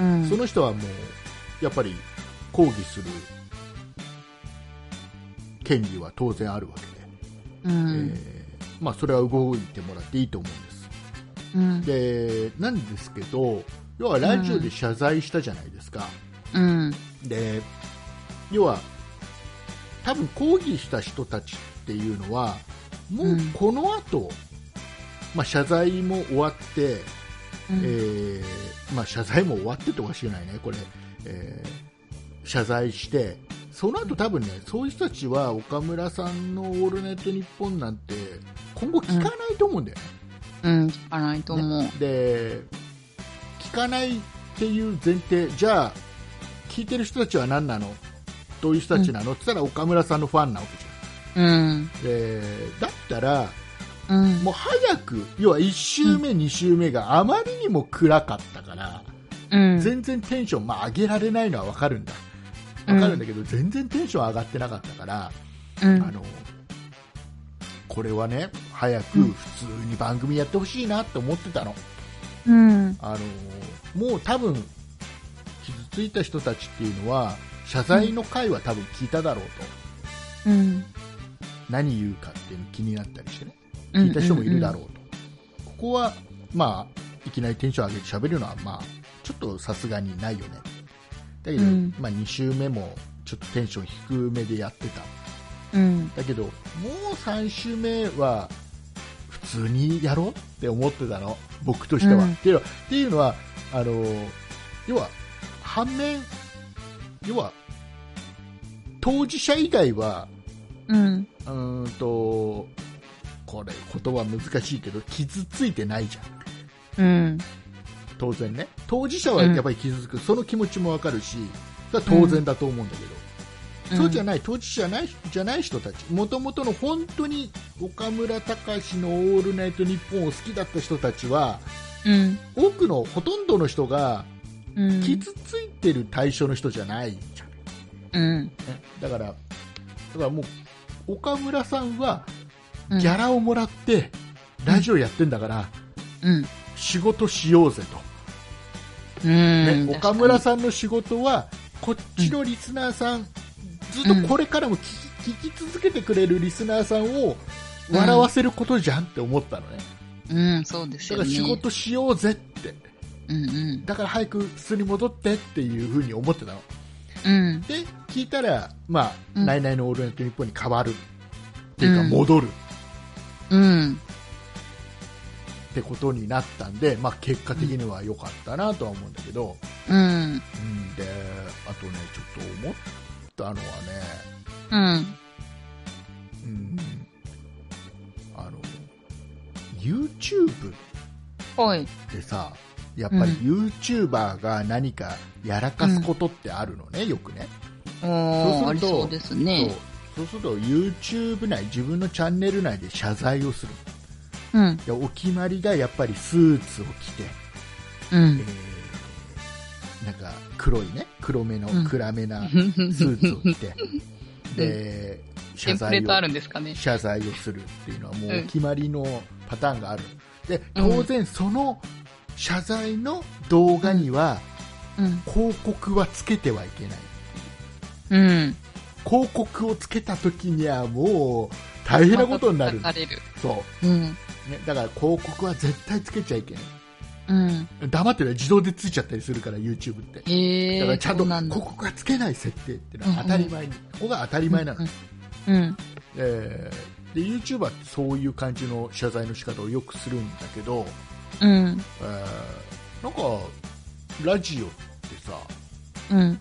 うん、その人はもうやっぱり抗議する権利は当然あるわけで、うん、えーまあ、それは動いてもらっていいと思うんです、うん、でなんですけど、要はラジオで謝罪したじゃないですか、うん、で要は多分抗議した人たちっていうのはもうこの後、うん、まあ、謝罪も終わって、うん、えーまあ、謝罪も終わってっておかしくないね、これ、えー、謝罪して、その後多分ね、そういう人たちは岡村さんのオールナイトニッポンなんて今後聞かないと思うんだよね。 うん、うん、聞かないと思う、ね。 で、聞かないっていう前提、じゃあ、聞いてる人たちは何なの？どういう人たちなの？うん、って言ったら岡村さんのファンなわけじゃん。うん、でだったら、うん、もう早く、要はいち週目、うん、に週目があまりにも暗かったから、うん、全然テンション、まあ、上げられないのは分かるんだ分かるんだけど、うん、全然テンション上がってなかったから、うん、あのこれはね、早く普通に番組やってほしいなって思ってたの、うん、あのもう多分傷ついた人たちっていうのは謝罪の回は多分聞いただろうと、うん、何言うかっていうの気になったりしてね、聞いた人もいるだろうと、うんうんうん、ここはまあいきなりテンション上げて喋るのはまあちょっとさすがにないよね。だけど、うん、まあ、に週目もちょっとテンション低めでやってた、うん、だけどもうさん週目は普通にやろうって思ってたの、僕としては、うん、っていうのは、っていうのはあの要は反面、要は当事者以外は、うん、うーんとこれ言葉難しいけど傷ついてないじゃん、うん、当然ね、当事者はやっぱり傷つく、うん、その気持ちもわかるし、それは当然だと思うんだけど、うん、そうじゃない当事者じゃない、じゃない人たち、もともとの本当に岡村隆史のオールナイトニッポンを好きだった人たちは、うん、多くのほとんどの人が傷ついてる対象の人じゃないじゃん、うん、だからだからもう岡村さんはギャラをもらってラジオやってんだから、うん、仕事しようぜと、うんね、岡村さんの仕事はこっちのリスナーさん、うん、ずっとこれからも 聞, 聞き続けてくれるリスナーさんを笑わせることじゃんって思ったのね、 うん、そうですよね。 だから仕事しようぜって、うんうん、だから早く普通に戻ってっていう風に思ってたの、うん、で聞いたら、まあうん、ナイナイのオールナイトニッポンに変わるっていうか戻る、うんうん、ってことになったんで、まあ、結果的には良かったなとは思うんだけど、うんうん、であとねちょっと思ったのはね、うんうん、あの YouTube でさ、やっぱり YouTuber が何かやらかすことってあるのね、うん、よくね。 そうすると、そうですね。 そう、そうすると YouTube 内、自分のチャンネル内で謝罪をする。うん、お決まりがやっぱりスーツを着て、うんえー、なんか黒いね、黒めの暗めなスーツを着て、 で、 うん、謝罪をテンプレートあるんですかね。 謝罪をするっていうのはもう決まりのパターンがある。うん、で、当然その謝罪の動画には、うん、広告はつけてはいけない。 うん。 広告をつけた時にはもう大変なことになる。 またるそう。 うん。 ね、だから広告は絶対つけちゃいけない。 うん、 黙ってる自動でついちゃったりするから YouTube って。 へだからちゃんと広告はつけない設定っていうのは当たり前に、うんうん、ここが当たり前なの。 うんうん、 えー、で YouTuber ってそういう感じの謝罪の仕方をよくするんだけど、 うん、 えー、なんかラジオってさ、 うん、あの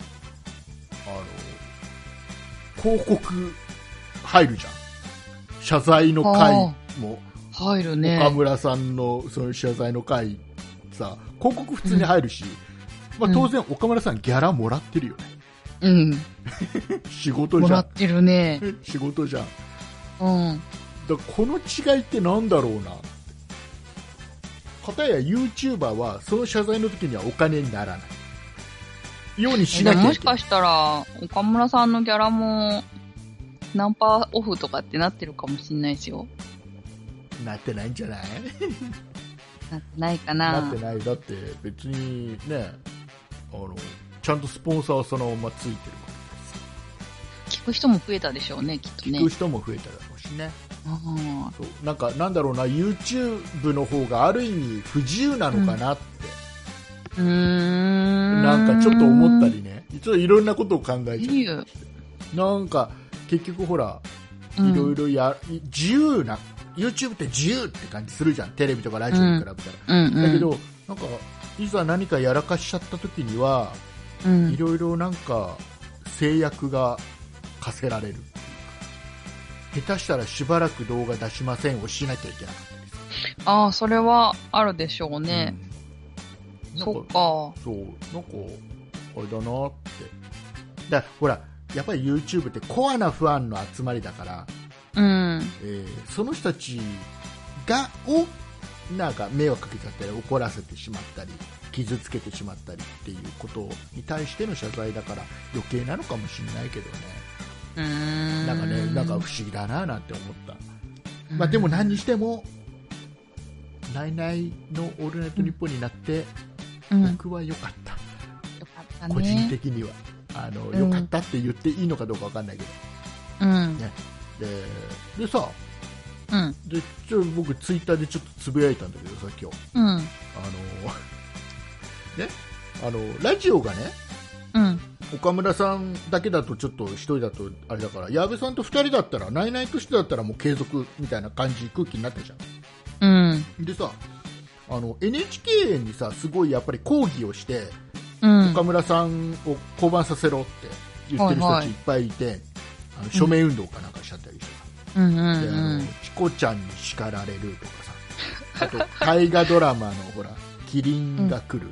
広告入るじゃん。謝罪の回も入るね。 岡村さんのその謝罪の回さ、広告普通に入るし、うん、まあ、当然岡村さんギャラもらってるよね。 うん。 仕事じゃん。 もらってるね。 仕事じゃん。 うん。 だからこの違いってなんだろうな。かたや YouTuber はその謝罪の時にはお金にならないようにしなきゃいけない。 もしかしたら岡村さんのギャラも何パーオフとかってなってるかもしれないですよ。 なってないんじゃない？ なってないかな。 なってない。だって別にね、あのちゃんとスポンサーはそのままついてるわけです。 聞く人も増えたでしょうね、きっとね。 聞く人も増えただろうしね。 あそうなんかなんだろうな、 YouTube の方がある意味不自由なのかなって、 うん、うーんなんかちょっと思ったりね、ちょっといろんなことを考えちゃう。なんか結局ほらいろいろや、うん、自由な YouTube って自由って感じするじゃん、テレビとかラジオに比べたら、 うんうんうん、 だけどなんかいざ何かやらかしちゃった時にはいろいろなんか制約が課せられる。下手したらしばらく動画出しませんをしなきゃいけなかったりする。 ああ、それはあるでしょうね。うん、そっか。 そう、なんかあれだなって。だほらやっぱり YouTube ってコアなファンの集まりだから、 うんえー、その人たちがをなんか迷惑かけちゃったり怒らせてしまったり傷つけてしまったりっていうことに対しての謝罪だから余計なのかもしれないけどね。 うーんなんかね、なんか不思議だななんて思った。まあでも何にしてもナイナイのオールナイトニッポンになって、うん、僕は良かった。 良かったね。 個人的にはあの良、うん、かったって言っていいのかどうかわかんないけど。 うんね、ででさ、 うん、 でちょ僕ツイッターでちょっとつぶやいたんだけどさ今日、 うん、あのねあのラジオがね、 うん、 岡村さんだけだとちょっと一人だとあれだから矢部さんと二人だったらナイナイとしてだったらもう継続みたいな感じ空気になったじゃん、うん、 でさあの エヌエイチケー にさすごいやっぱり抗議をして、 うん、 岡村さんを降板させろって言ってる人たちいっぱいいて、はいはい、あの署名運動かなんかしちゃったりしてさ、 うんうんうん、 であのチコちゃんに叱られるとかさ、あと大河ドラマのほらキリンが来る、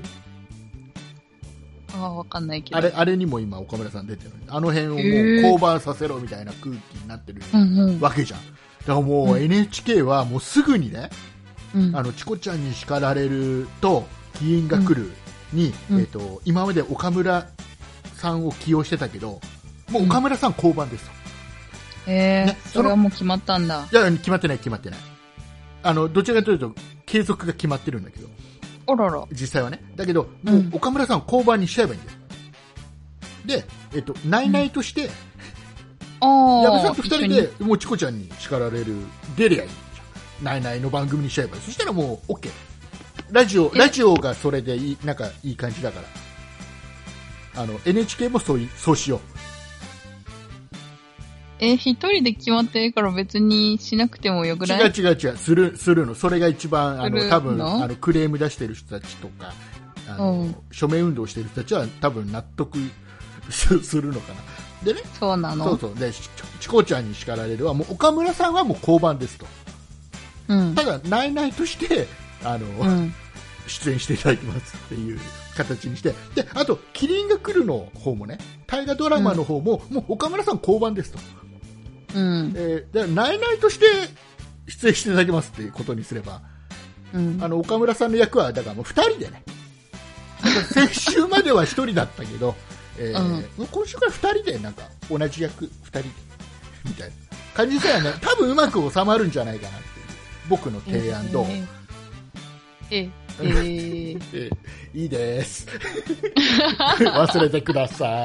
うん、あわかんないけどあれあれにも今岡村さん出てる、あの辺をもう降板させろみたいな空気になってるわけじゃん。だからもう エヌエイチケー はもうすぐにね、うん、あのチコちゃんに叱られるとキリンが来るに、うん、えーと、今まで岡村さんを起用してたけどもう岡村さん降板ですと、 うん、へー、ね、それはもう決まったんだ。 いや決まってない決まってない、あのどちらかというと継続が決まってるんだけど、 あらら実際はね、だけどもう岡村さんを降板にしちゃえばいいんだよ。で、えっと、ナイナイとして、うん、矢部さんと二人でもうチコちゃんに叱られる出りゃいいじゃん。ナイナイの番組にしちゃえばいい。そしたらもう OK。ラジオラジオがそれでいい、なんかいい感じだから、あの エヌエイチケー もそういそうしよう。 え、一人で決まってるから別にしなくてもよくない？ 違う違う違う、するするの。それが一番あの多分あのクレーム出してる人たちとか、あの、うん、署名運動してる人たちは多分納得するのかな。でね、 そうなの。 そうそうでチコちゃんに叱られるはもう岡村さんはもう降板ですと。 うん、 ただナイナイとしてあの、うん、出演していただきますっていう形にして、であとキリンが来るの方もね、大河ドラマの方も、うん、もう岡村さん降板ですと。 うん、 えー、でナイナイとして出演していただきますっていうことにすれば、うん、あの岡村さんの役はだからもうふたりでね、先週まではひとりだったけど、えーうん、もう今週からふたりでなんか同じ役ふたりでみたいな感じさえね、多分うまく収まるんじゃないかなっていう僕の提案と、 えええー、 えいいです忘れてください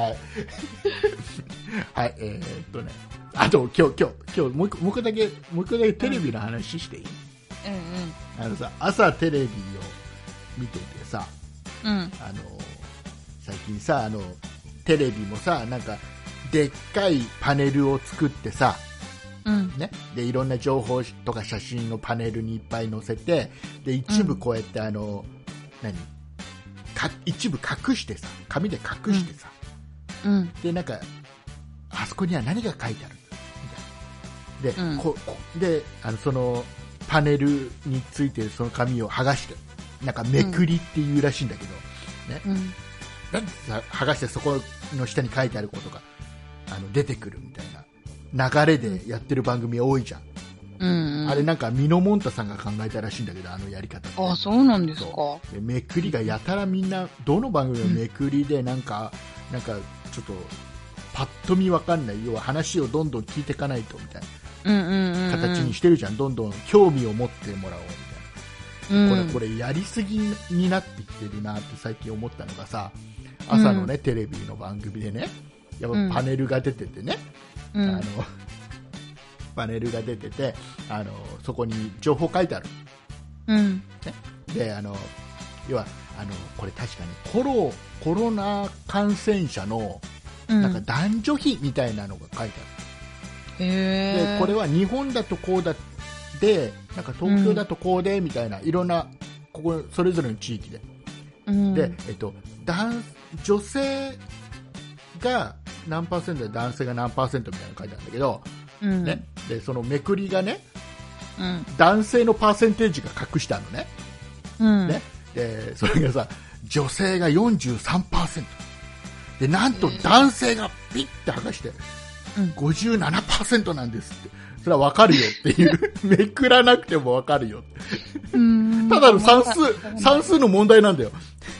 はい、えー、っとねあと今日今日今日もう一個もう一個だけもう一個だけテレビの話していい？うんうん、あのさ朝テレビを見ててさ、うん、あの最近さあのテレビもさなんかでっかいパネルを作ってさ、うんね、でいろんな情報とか写真をパネルにいっぱい載せてで一部こうやってあの、うん、何か一部隠してさ紙で隠してさ、うん、でなんかあそこには何が書いてあるみたいなで、うん、ここであのそのパネルについてるその紙を剥がしてなんかめくりっていうらしいんだけど、ねうん、なんでさ剥がしてそこの下に書いてあることがあの出てくるみたいな流れでやってる番組多いじゃん、うんうん、あれなんかミノモンタさんが考えたらしいんだけどあのやり方ってあそうなんですかでめくりがやたらみんなどの番組のめくりでなんか、うん、なんかちょっとパッと見わかんない要は話をどんどん聞いていかないとみたいな形にしてるじゃんどんどん興味を持ってもらおうみたいな、うん、これこれやりすぎになってきてるなって最近思ったのがさ朝のね、うん、テレビの番組でねやっぱパネルが出ててね、うん、あのパネルが出ててあのそこに情報書いてある、うんね、であの要はあのこれ確かにコロ、コロナ感染者のなんか男女比みたいなのが書いてある、うん、でこれは日本だとこうだでなんか東京だとこうでみたいな、うん、いろんなここそれぞれの地域で、うん、で、えっと、男女性が何パーセントで男性が何パーセントみたいなの書いてあるんだけど、うんね、でそのめくりがね、うん、男性のパーセンテージが隠してあるのね、うんね、でそれがさ女性が よんじゅうさんパーセント でなんと男性がピッて剥がして、うん、ごじゅうななパーセント なんですってそれは分かるよっていうめくらなくても分かるよってうんただの算数算数の問題なんだよ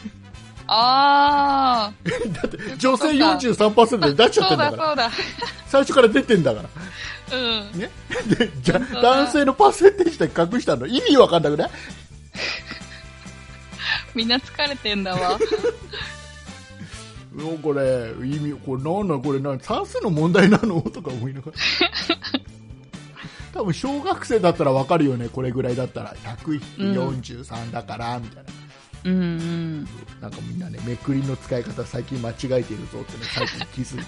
あだって女性 よんじゅうさんパーセント で出しちゃってんだからそうだそうだ最初から出てんだからうんねでじゃ男性のパーセンテージだけ隠したの意味わかんなくないみんな疲れてんだわこれ意味これなんだこれなん算数の問題なのとか思いながら多分小学生だったらわかるよねこれぐらいだったらひゃくよんじゅうさんだからみたいな、うんうん、なんかみんなねめくりの使い方最近間違えているぞってね最近気づい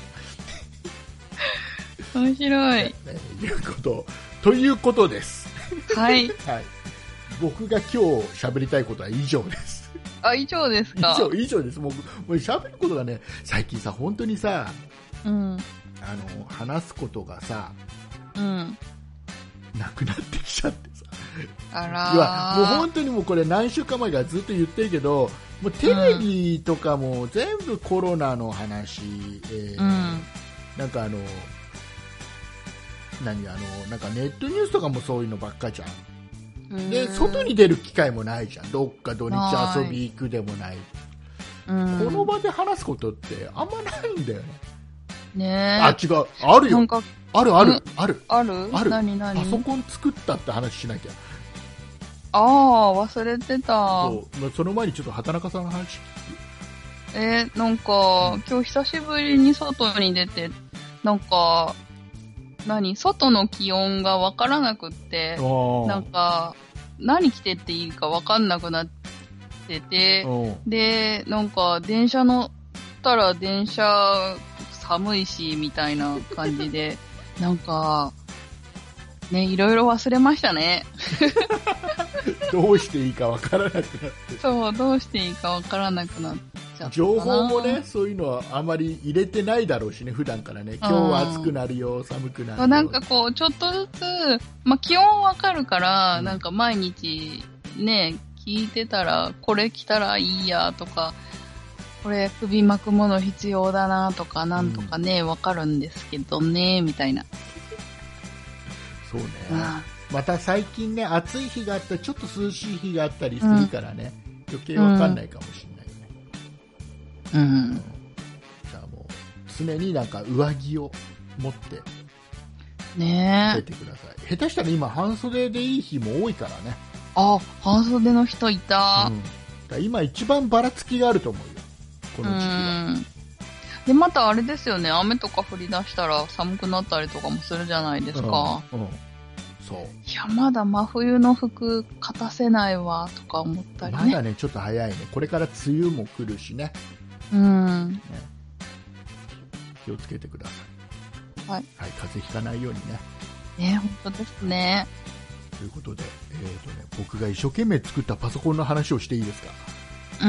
た面白い、ね、 いうことということですはい、 はい、僕が今日喋りたいことは以上ですあ以上ですか以上以上ですもうもう喋ることがね最近さ本当にさ、うん、あの話すことがさ、うん、なくなってきちゃってさあらいやもう本当にもうこれ何週間前からずっと言ってるけどもうテレビとかも全部コロナの話、うんえーうん、なんかあの何あのなんかネットニュースとかもそういうのばっかじゃんで外に出る機会もないじゃんどっか土日遊び行くでもないこの場で話すことってあんまないんだよねねあ違うあるよあるある、うん、あるあるある何何パソコン作ったって話しなきゃああ忘れてたそう、まあ、その前にちょっと畑中さんの話聞くえー、なんか、うん、今日久しぶりに外に出てなんか何外の気温が分からなくってなんか何着てっていいか分かんなくなっててでなんか電車乗ったら電車寒いしみたいな感じでなんかねいろいろ忘れましたねどうしていいか分からなくなってそうどうしていいか分からなくなって情報もねそういうのはあまり入れてないだろうしね普段からね今日は暑くなるよ寒くなるよなんかこうちょっとずつ、まあ、気温わかるから、うん、なんか毎日ね聞いてたらこれ着たらいいやとかこれ首巻くもの必要だなとかなんとかねわ、うん、かるんですけどねみたいなそうね、うん、また最近ね暑い日があったりちょっと涼しい日があったりするからね、うん、余計わかんないかもしれない、うん、じゃあもう常になんか上着を持ってね出てください。下手したら今半袖でいい日も多いからね。 あ、半袖の人いた。 うん、だ今一番ばらつきがあると思うよ、この時期は。 で、またあれですよね、雨とか降り出したら寒くなったりとかもするじゃないですか。 うんうん、そう。 いや、まだ真冬の服勝たせないわ、とか思ったりね。 まだね、ちょっと早いね。これから梅雨も来るしね。 うん。 ね、気をつけてください。 はい。 はい、風邪ひかないようにね。 ね、本当ですね。 ということで、えーとね、僕が一生懸命作ったパソコンの話をしていいですか？ うん。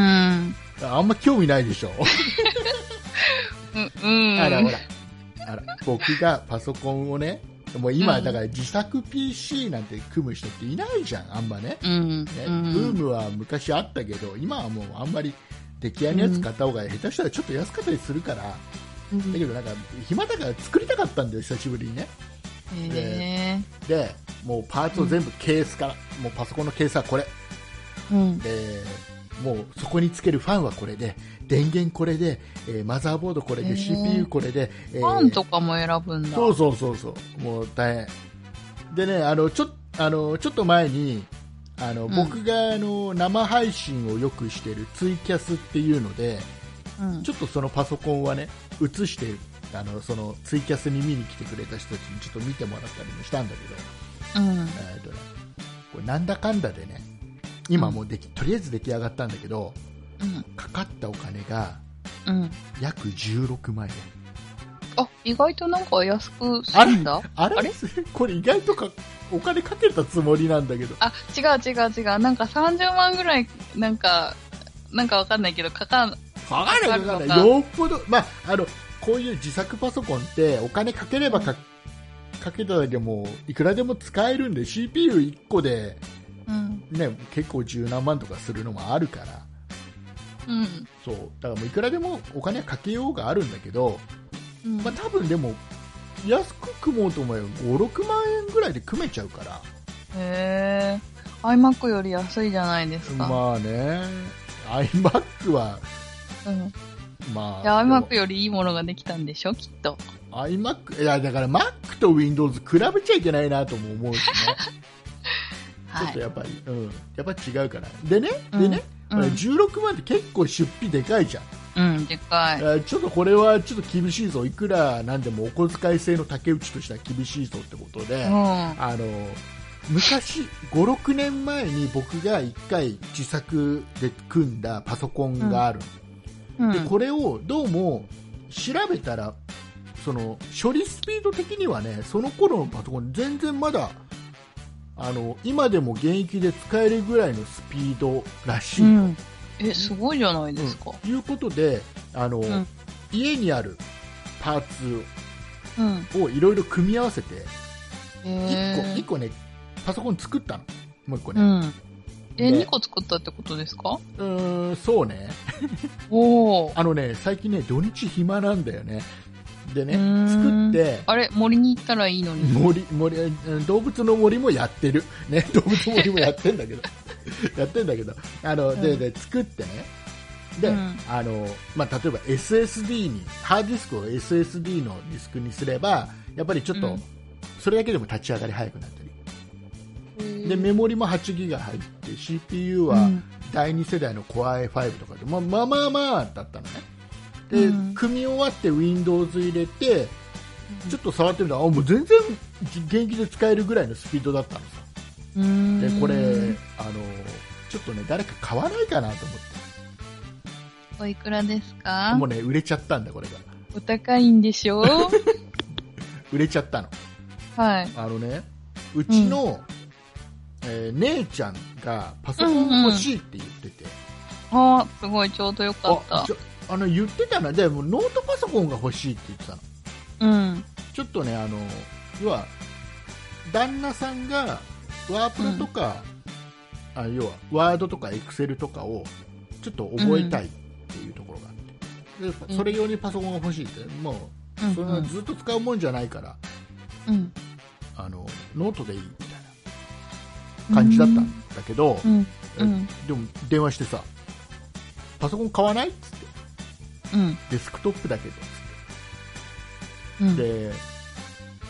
あんま興味ないでしょ。 うん、うん。 あらほら。あら、僕がパソコンをね、もう今、だから自作 ピーシー なんて組む人っていないじゃん、あんまね。 うん。 ね、 うん、 ブームは昔あったけど、今はもうあんまり出来合いのやつ買った方が下手したらちょっと安かったりするから、うん、だけどなんか暇だから作りたかったんだよ、久しぶりにね。 へで, でもうパーツを全部ケースから、うん、もうパソコンのケースはこれ、うん、でもうそこにつけるファンはこれで、電源これで、えー、マザーボードこれで、シーピーユー これで、 えー、ファンとかも選ぶんだ。 そうそうそうそう、もう大変でね、あのちょあのちょっと前にあの、うん、僕があの生配信をよくしてるツイキャスっていうので、うん、ちょっとそのパソコンはね映して、あのそのツイキャスに見に来てくれた人たちにちょっと見てもらったりもしたんだけど、うん、えーとね、これなんだかんだでね、今もうでき、うん、とりあえず出来上がったんだけど、うん、かかったお金が約じゅうろくまんえん。 あ、意外となんか安く済んだ？ あれあれこれ意外とかお金かけたつもりなんだけど。 あ、違う違う違う。なんかさんじゅうまんぐらい、なんか、なんかわかんないけど、かかん、かかんないかかんない。よっぽど、まあ、あの、こういう自作パソコンってお金かければか、うん、かけただけもいくらでも使えるんで、シーピーユーいっこで、うん、ね、結構十何万とかするのもあるから、うん、そうだからもういくらでもお金かけようがあるんだけど、うん、まあ、多分でも安く組もうと思えばご、ろくまんえんぐらいで組めちゃうから。 へー、iMac より安いじゃないですか。 まあね、iMac は、 うん、まあ、いや iMac よりいいものができたんでしょ、きっと。 iMac、いやだから Mac と Windows 比べちゃいけないなとも思うしね。ちょっとやっぱり、うん、やっぱ違うから。でね、うん、でね、うん、じゅうろくまんって結構出費でかいじゃん。 うん、でかい。 ちょっとこれはちょっと厳しいぞ。いくらなんでもお小遣い制の竹内としては厳しいぞってことで、うん、あの昔ご、ろくねんまえに僕がいっかい自作で組んだパソコンがある、うん、でこれをどうも調べたら、その処理スピード的にはね、その頃のパソコン全然まだあの今でも現役で使えるぐらいのスピードらしい、うん、 え、すごいじゃないですか。 と、うん、いうことで、あの、うん、家にあるパーツをいろいろ組み合わせて、うん、いっこ、いっこね、パソコン作ったの。もういっこね。うん、 え、にこ作ったってことですか？ うーん、そうね。 おあのね、最近ね、土日暇なんだよね。でね、作って、 あれ、森に行ったらいいのに。 森、森、動物の森もやってる。ね、動物の森もやってんだけど。やってんだけど、あの、で、で、作ってね。で、うん、あの、まあ、例えば エスエスディー に、ハードディスクを エスエスディー のディスクにすれば、やっぱりちょっと、それだけでも立ち上がり早くなったり。で、メモリもはちギガ入って、シーピーユー はだいに世代の コアエーファイブ とかで、まあまあまあまあだったのね。で、うん、組み終わって Windows 入れて、ちょっと触ってみたら、あ、もう全然現役で使えるぐらいのスピードだったのさ。 うーん、 で、これ、あの、ちょっとね、誰か買わないかなと思って。 おいくらですか？ もうね、売れちゃったんだ、これが。 お高いんでしょ？ 売れちゃったの。 はい。 あのね、うちの、うん、えー、姉ちゃんがパソコン欲しいって言ってて。 うんうん、ああ、すごい、ちょうどよかった。 あの言ってたのでもノートパソコンが欲しいって言ってたの、うん、 ちょっとね、あの要は旦那さんがワープロとか、うん、あ要はワードとかエクセルとかをちょっと覚えたいっていうところがあって、でそれ用にパソコンが欲しいって、もうそれはずっと使うもんじゃないから、うん、あのノートでいいみたいな感じだったんだけど、うんうん、でも電話してさ、パソコン買わないっつって、うん、デスクトップだけど、うん、で、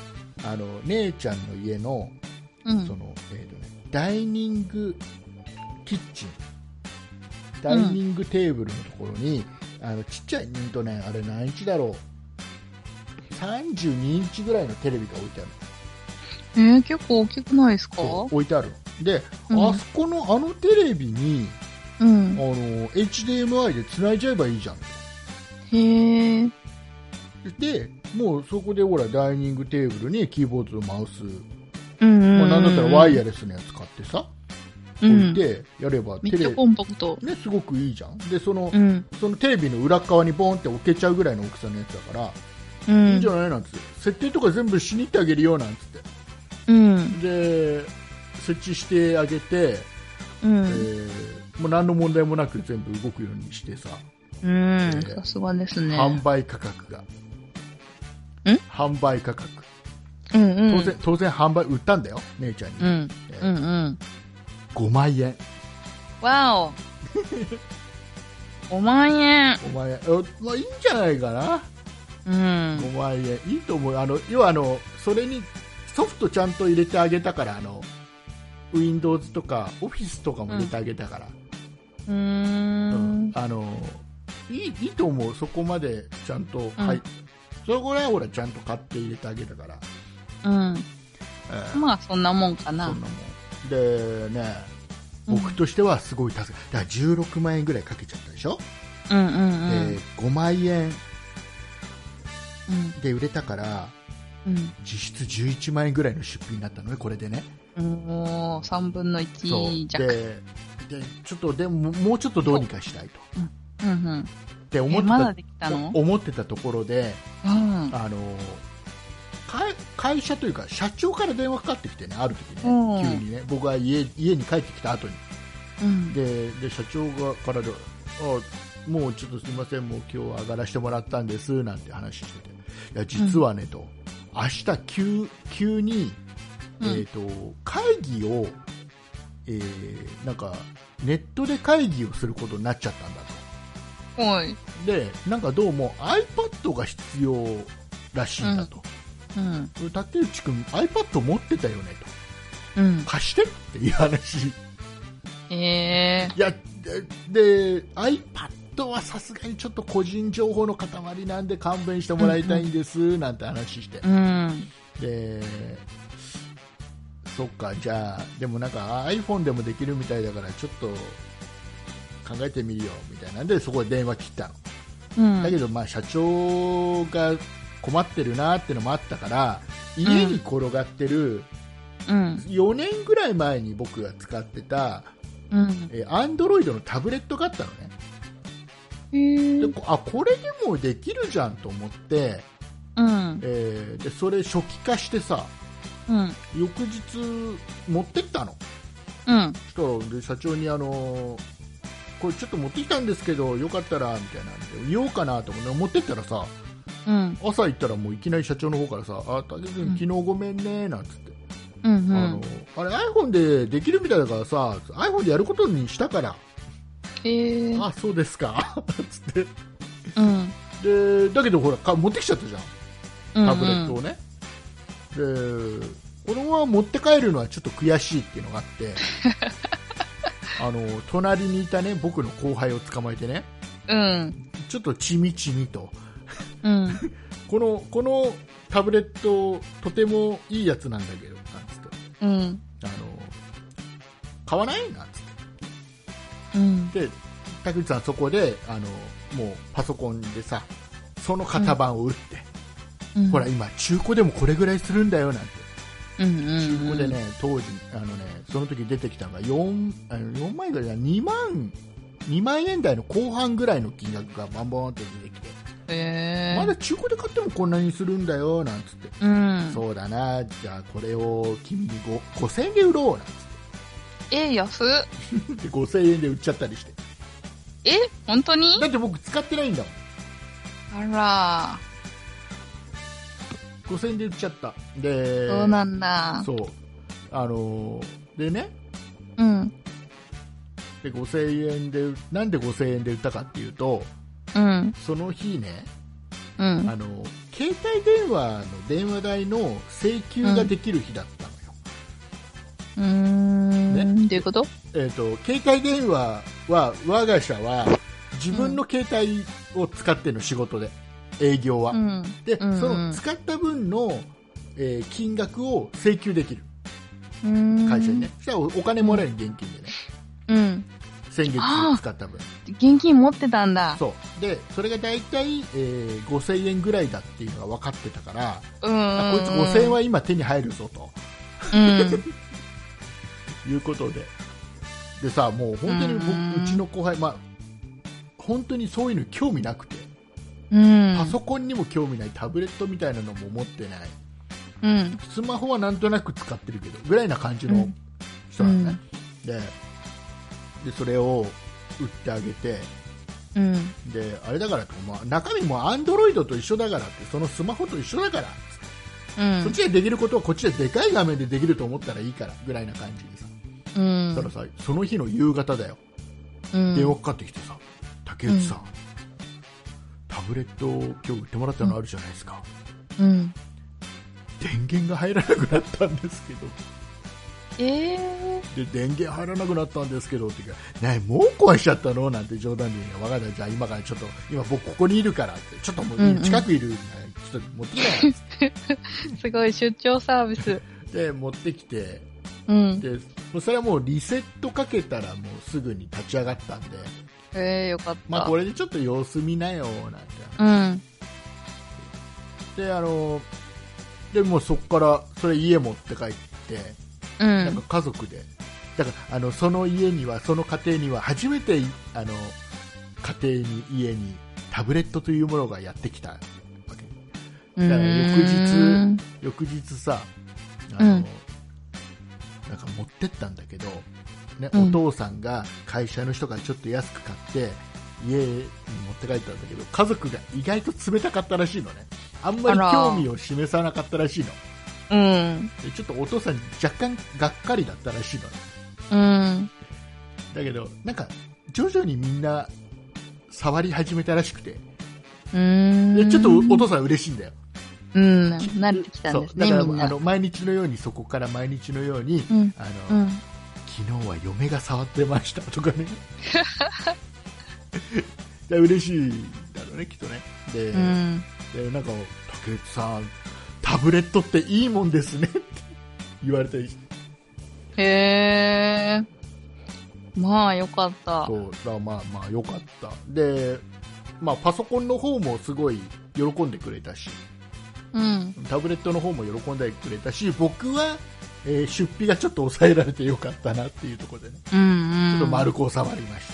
あの姉ちゃんの家の、 うん、 そのえーとね、ダイニングキッチン、ダイニングテーブルのところに、うん、あのちっちゃい、うんとね、あれ何インチだろう、さんじゅうにインチぐらいのテレビが置いてある。 えー、結構大きくないですか？ 置いてある。で、うん、あそこのあのテレビに、うん、あの エイチディーエムアイ で繋いじゃえばいいじゃん。 へー。 で、もうそこでほらダイニングテーブルにキーボードとマウス、 うんうんうん、 まあ、なんだったらワイヤレスのやつ買ってさ、うん、置いてやればテレビ、 めっちゃコンパクト、 ね、すごくいいじゃん。でその、うん、そのテレビの裏側にボンって置けちゃうぐらいの大きさのやつだから、うん、いいんじゃないなんつって、設定とか全部しに行ってあげるよなんつって、うん、で設置してあげて、うん、えー、もう何の問題もなく全部動くようにしてさ、 うん、さすがですね。 販売価格が、 ん販売価格、 うんうん、 当然当然販売売ったんだよ姉ちゃんに、 うんえー、うんうん、 ごまんえん。 わおごまんえん。 ごまんえん、まあ、いいんじゃないかな、うん、ごまんえんいいと思う。あの要はあのそれにソフトちゃんと入れてあげたから、あの Windows とか Office とかも入れてあげたから、 うん、うーん、 うん、あのいい、いいと思う。そこまでちゃんと、うん、はい、それぐらいほらちゃんと買って入れてあげたから、 うん、えー、まあそんなもんかな。 そんなもんでね、僕としてはすごい助かる。だからじゅうろくまんえんぐらいかけちゃったでしょ、 うんうんうん、 でごまんえんで売れたから、うん、実質じゅういちまんえんぐらいの出費になったのね、これでね。 もうさんぶんのいち弱で、でちょっとでももうちょっとどうにかしたいと、 うんうんうん、 って思ってた、まだできたの？思ってたところで、うん、あの会, 会社というか社長から電話かかってきてね、ある時ね、うん、急にね、僕が 家, 家に帰ってきた後に、うん、で, で社長がからで、あ、もうちょっとすみません、もう今日上がらせてもらったんですなんて話してて、いや実はね、うん、と明日 急, 急に、えーと、会議を、えー、なんかネットで会議をすることになっちゃったんだと。 はい。 で、なんかどうも iPad が必要らしいんだと。うん、竹内くん iPad 持ってたよねと、うん、貸してっていう話。 えー、 いやで iPad はさすがにちょっと個人情報の塊なんで勘弁してもらいたいんです、うんうん、なんて話して、うん、でそっか、じゃあでもなんか iPhone でもできるみたいだからちょっと考えてみるよみたいなんで、そこで電話切ったの、うん、だけどまあ社長が困ってるなってのもあったから、家に転がってる、うん、よねんぐらい前に僕が使ってた、うん、えー、Android のタブレットがあったのね。 へー。 で、あ、これでもできるじゃんと思って、うん、えー、でそれ初期化してさ、うん、翌日持ってったの、うん、そしたらで社長にあのー、これちょっと持ってきたんですけどよかったらみたいなんで言おうかなと思って持ってったらさ、うん、朝行ったらもういきなり社長の方からさ、あ、竹内君昨日ごめんねなんつって、うんうん、あのあれ iPhone でできるみたいだからさ iPhone でやることにしたから、 えー、 あ、そうですかつって、 うん、 でだけどほら持ってきちゃったじゃん、タブレットをね、うんうん、でこのまま持って帰るのはちょっと悔しいっていうのがあってあの隣にいたね僕の後輩を捕まえてね、うん、ちょっとちみちみとうん、このこのタブレットとてもいいやつなんだけどなんつって、うん、あの買わないなんつって、うん、で竹内さんそこであのもうパソコンでさその型番を打って、うん、ほら今中古でもこれぐらいするんだよなんて、うんうんうん、中古でね当時あのねその時出てきたのが 4, あのよんまん円ぐらいにまんにまんえん台の後半ぐらいの金額がバンバンって出てきて、 えー、 まだ中古で買ってもこんなにするんだよなんつって、うん、そうだな、じゃあこれを君にごせんえんで売ろうなんつって、 えー、安っでごせんえんで売っちゃったりして、 え本当に？ だって僕使ってないんだもん。あらごせんえんで売っちゃった。でそうなんだ。 そうあのー、でね、 うんでごせんえんでなんでごせんえんで売ったかっていうと、うん、その日ねうん、 あの携帯電話の電話代の請求ができる日だったのよ。 うーん、ね、どういうこと？ えーと、携帯電話は我が社は自分の携帯を使っての仕事で、営業は、うん、で、うんうん、その使った分の、えー、金額を請求できる、うーん、会社にね。そしたら お, お金もらえる、現金でね、うん、先月使った分現金持ってたんだ。 そうで、それがだいたい、えー、ごせんえんぐらいだっていうのが分かってたから、うん、あ、こいつごせんえんは今手に入るぞと、うん、いうことででさ、もう本当に僕、うん、うちの後輩、まあ、本当にそういうの興味なくて、うん、パソコンにも興味ない、タブレットみたいなのも持ってない、うん、スマホはなんとなく使ってるけどぐらいな感じの人なのね、うん、で, でそれを売ってあげて、うん、であれだからと、まあ、中身もアンドロイドと一緒だからって、そのスマホと一緒だからって、うん、そっちでできることはこっちででかい画面でできると思ったらいいからぐらいな感じでさ、うん、たださ、その日の夕方だよ、うん、電話かかってきてさ、竹内さん、うん、タブレットを今日売ってもらったのあるじゃないですか、うん、電源が入らなくなったんですけど、 えー、で電源入らなくなったんですけどって言うから、ね、もう壊しちゃったのなんて冗談で言うの、分かった、じゃあ今からちょっと、今僕ここにいるからって、ちょっともう、うんうん、近くいる、ちょっと持ってきなよすごい出張サービスで持ってきて、うん、でそれはもうリセットかけたらもうすぐに立ち上がったんで、 えー、よかった。 まあ、これでちょっと様子見なよなんて、うん、であのでもうそこからそれ家持って帰って、うん、なんか家族でだからあのその家にはその家庭には初めてあの家庭に家にタブレットというものがやってきたわけだから翌日翌日さあの、うん、なんか持ってったんだけど、ね、お父さんが会社の人がちょっと安く買って家に持って帰ったんだけど、家族が意外と冷たかったらしいのね。あんまり興味を示さなかったらしいの。うん、でちょっとお父さん若干がっかりだったらしいのね、うん、だけどなんか徐々にみんな触り始めたらしくて、うーん、でちょっとお父さん嬉しいんだよ。 うん、慣れてきたんですね。 だからあの毎日のようにそこから毎日のように、うん、あの、うん、昨日は嫁が触ってましたとかね嬉しいんだろうね、きっとね。で、うん、でなんか竹内さんタブレットっていいもんですねって言われたりして、 へー、まあよかった。 そうだ、まあまあよかった。で、まあパソコンの方もすごい喜んでくれたし、うん、タブレットの方も喜んでくれたし、僕は、えー、出費がちょっと抑えられてよかったなっていうところでね、うんうん、ちょっと丸く収まりました。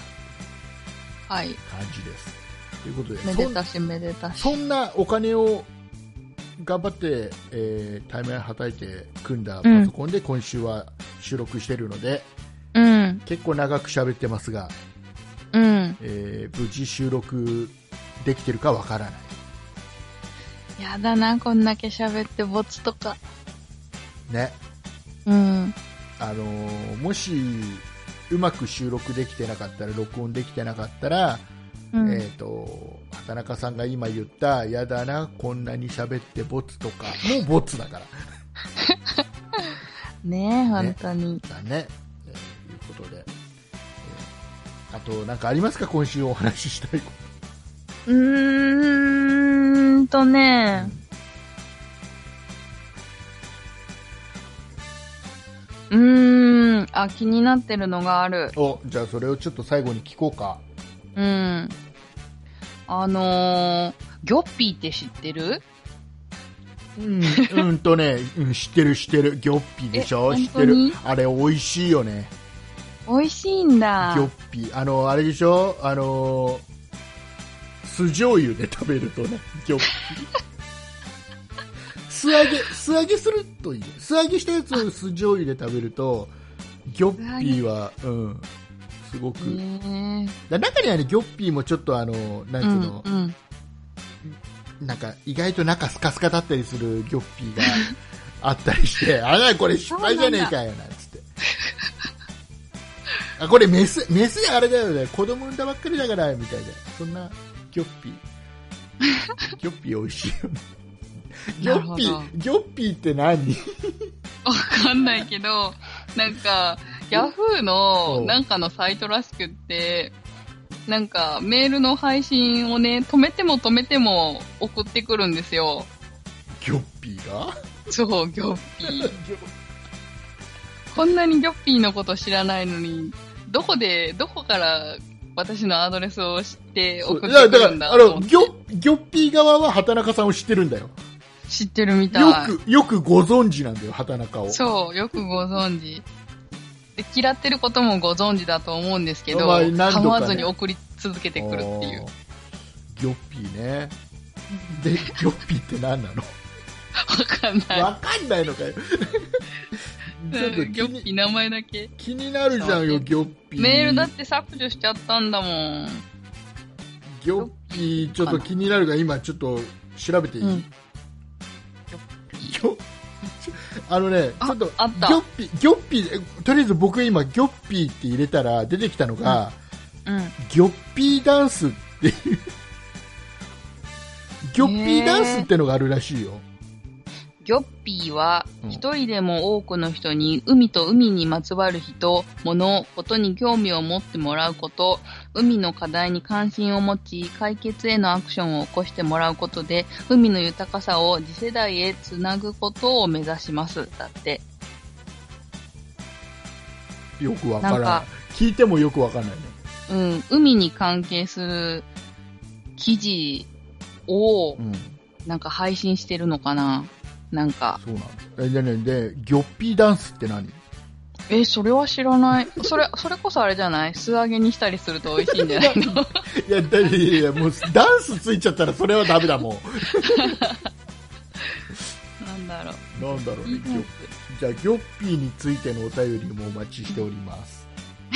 はい。感じです。ということで、 めでたしめでたし。 そんなお金を頑張って、えー、対面はたいて組んだパソコンで今週は収録しているので、うん、結構長く喋ってますが、うん、えー、無事収録できてるかわからない。 やだな、こんだけ喋ってボツとかね、うん、あのー、もしうまく収録できてなかったら、録音できてなかったら、うん、えーと畑中さんが今言ったやだなこんなに喋ってボツとかもうボツだからねえ、本当にだね、えー、いうことで、えー、あとなんかありますか、今週お話ししたいこと。 うーんとね、うん、うーん、あ、気になってるのがある。 お、じゃあそれをちょっと最後に聞こうか。 うん。あのー、ギョッピーって知ってる？ うん、うんとね、うん、知ってる知ってる。ギョッピーでしょ？知ってる。あれ美味しいよね。 美味しいんだ。 ギョッピー。あの、あれでしょ？あのー、酢醤油で食べるとね、ギョッピー。素揚げ、素揚げするといい。素揚げしたやつを酢醤油で食べると、ギョッピーは、うん。すごく、だ中にはね、ギョッピーもちょっとあのなんつうの、うんうん、なんか意外と中スカスカだったりするギョッピーがあったりしてあらこれ失敗じゃねえかよなんつってあこれメスメスあれだよね、子供産んだばっかりだからみたいな、そんなギョッピーギョッピー美味しいよね。ギョッピー、ギョッピーって何？ わかんないけど、なんか、ヤフーのなんかのサイトらしくって、なんかメールの配信をね、止めても止めても送ってくるんですよ。 ギョッピーが？ そう、ギョッピー。こんなにギョッピーのこと知らないのに、どこで、どこから私のアドレスを知って送ってくるんだと思って。 だから、あの、ギョ、ギョッピー側は畑中さんを知ってるんだよ。 知ってるみたい。 よく、よくご存知なんだよ、畑中を。 そう、よくご存知。で、嫌ってることもご存知だと思うんですけど、 まあね、 構わずに送り続けてくるっていう。 ギョッピーね。で、ギョッピーって何なの？ わかんない。 わかんないのかよ。 ギョッピー名前だけ。 気になるじゃんよ、ギョッピー。 メールだって削除しちゃったんだもん。 ギョッピーちょっと気になるが、今ちょっと調べていい？うん、ギョッピー。あのね、ちょっと、ギョッピー、ギョッピー、とりあえず僕今、ギョッピーって入れたら出てきたのが、うんうん、ギョッピーダンスっていう、ギョッピーダンスってのがあるらしいよ。 ギョッピーは、一人でも多くの人に海と海にまつわる人、物、ことに興味を持ってもらうこと、海の課題に関心を持ち、解決へのアクションを起こしてもらうことで、海の豊かさを次世代へつなぐことを目指します。だって。 よくわからない。聞いてもよくわかんないね。 うん、海に関係する記事を、なんか配信してるのかな。なんか。 そうなんだ。で、で、で、ギョッピーダンスって何？ え、それは知らない。それ、それこそあれじゃない？素揚げにしたりすると美味しいんじゃないの？ いや、だいやいや、もうダンスついちゃったらそれはダメだもん。 なんだろう。 なんだろうね。ギョじゃあ、ギョッピーについてのお便りもお待ちしております。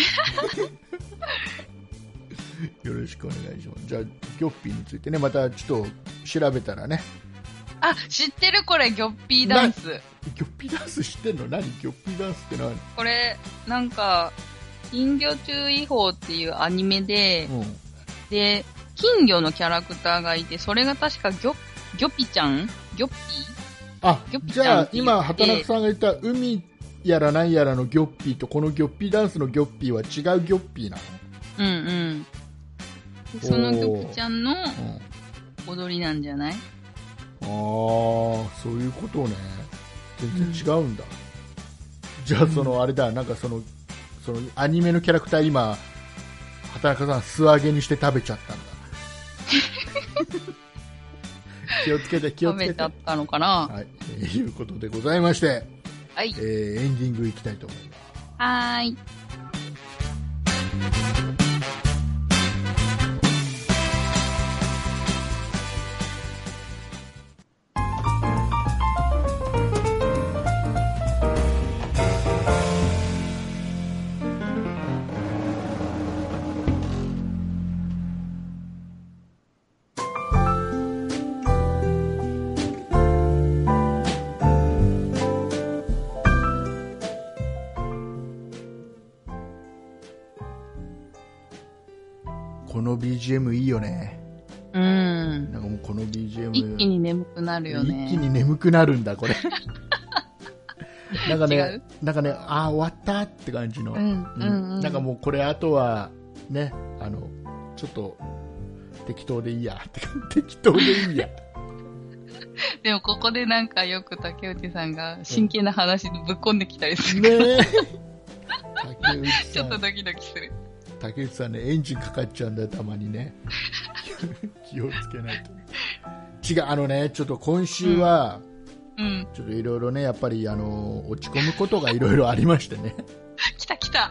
よろしくお願いします。じゃあ、ギョッピーについてね、またちょっと調べたらね。 あ、知ってるこれ、ギョッピーダンス。 ギョッピーダンス知ってんの？何？ギョッピーダンスって何？ これ、なんか、金魚注意報っていうアニメで、うん、で、金魚のキャラクターがいて、それが確かギョ、ギョピちゃん？ギョッピー？ あ、じゃあ、今、畑中さんが言った海やら何やらのギョッピーと、このギョッピーダンスのギョッピーは違うギョッピーなの？ うんうん。でそのギョッピちゃんの踊りなんじゃない？ ああ、そういうことね。全然違うんだ。うん、じゃあ、その、あれだ、なんかその、その、アニメのキャラクター今、畑中さん素揚げにして食べちゃったんだ。気をつけて、気をつけて。 食べちゃったのかな？ はい。えー、いうことでございまして、 はい。 えー、エンディングいきたいと思います。 はーい。 この ビージーエム いいよね。 うん。 なんかもうこの ビージーエム一気に眠くなるよね。 一気に眠くなるんだこれ。なんかね、なんかね、ああ終わったって感じの、うんうんうん、なんかもうこれあとはね、あのちょっと適当でいいやって適当でいいや。 でもここでなんかよく竹内さんが真剣な話ぶっ込んできたりする。ね竹内さんちょっとドキドキする。 竹内さんね、エンジンかかっちゃうんだよ、たまにね。気をつけないと。違う、あのね、ちょっと今週は、うん、ちょっといろいろね、やっぱり、あの、落ち込むことがいろいろありましてね。 来た来た。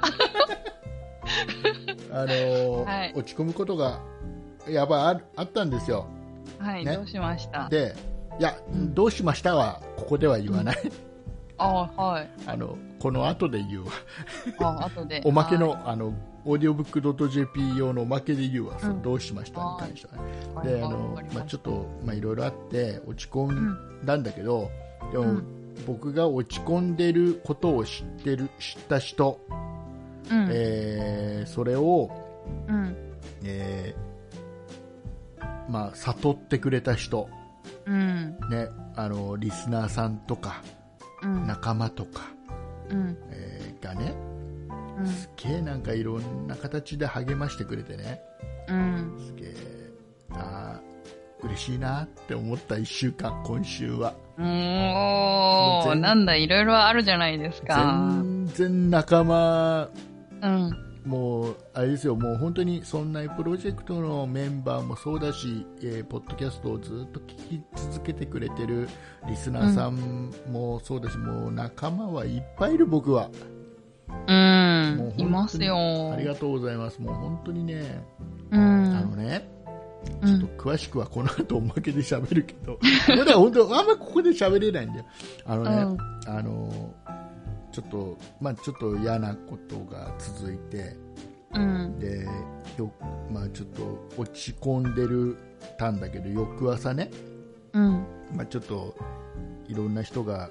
あの、はい、落ち込むことが、やっぱあ、あったんですよ。 はい、ね、どうしました？ で、いや、うん、どうしましたは、ここでは言わない。うん、 あはい。 あの、この後で言うわ。 あ、後で。 おまけの、あの、オーディオブックドットジェーピー 用のおまけで言うわ、うん、どうしましたに関しては、ね、であの、まあ、ちょっといろいろあって落ち込んだんだけど、うん、でも、うん、僕が落ち込んでることを知ってる知った人、うんえー、それを、うんえー、 まあ、悟ってくれた人、 うんね、あのリスナーさんとか、 うん、 仲間とか、 うんえー、がね、 うん、 すげえなんかいろんな形で励ましてくれてね、 うん、 すげえあ嬉しいなって思ったいっしゅうかん、今週は。 おー、なんだ、いろいろあるじゃないですか。 全然仲間、 うん、 もうあれですよ、もう本当にそんなプロジェクトのメンバーもそうだし、えー、ポッドキャストをずっと聞き続けてくれてるリスナーさんもそうだし、うん、もう仲間はいっぱいいる、僕は。 うん、もういますよ。 ありがとうございます。もう本当にね、 うん、 あのね、ちょっと詳しくはこの後おまけで喋るけど、これは本当あんまりここで喋れないんだよ。あのね、うん、あのちょっとまあちょっと嫌なことが続いて、 うん、 でよまあちょっと落ち込んでるたんだけど、翌朝ね、 うん、 まあちょっといろんな人が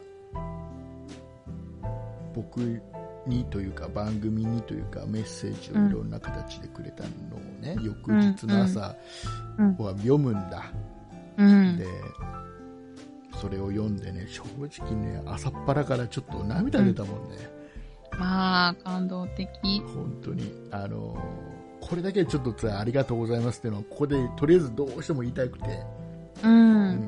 僕にというか番組にというかメッセージをいろんな形でくれたのをね、うん、翌日の朝は読むんだ、 うん、 でそれを読んでね、正直ね、朝っぱらからちょっと涙出たもんね、 うん、まあ感動的、 本当にあのこれだけちょっとありがとうございますっていうのはここでとりあえずどうしても言いたくて、 うん、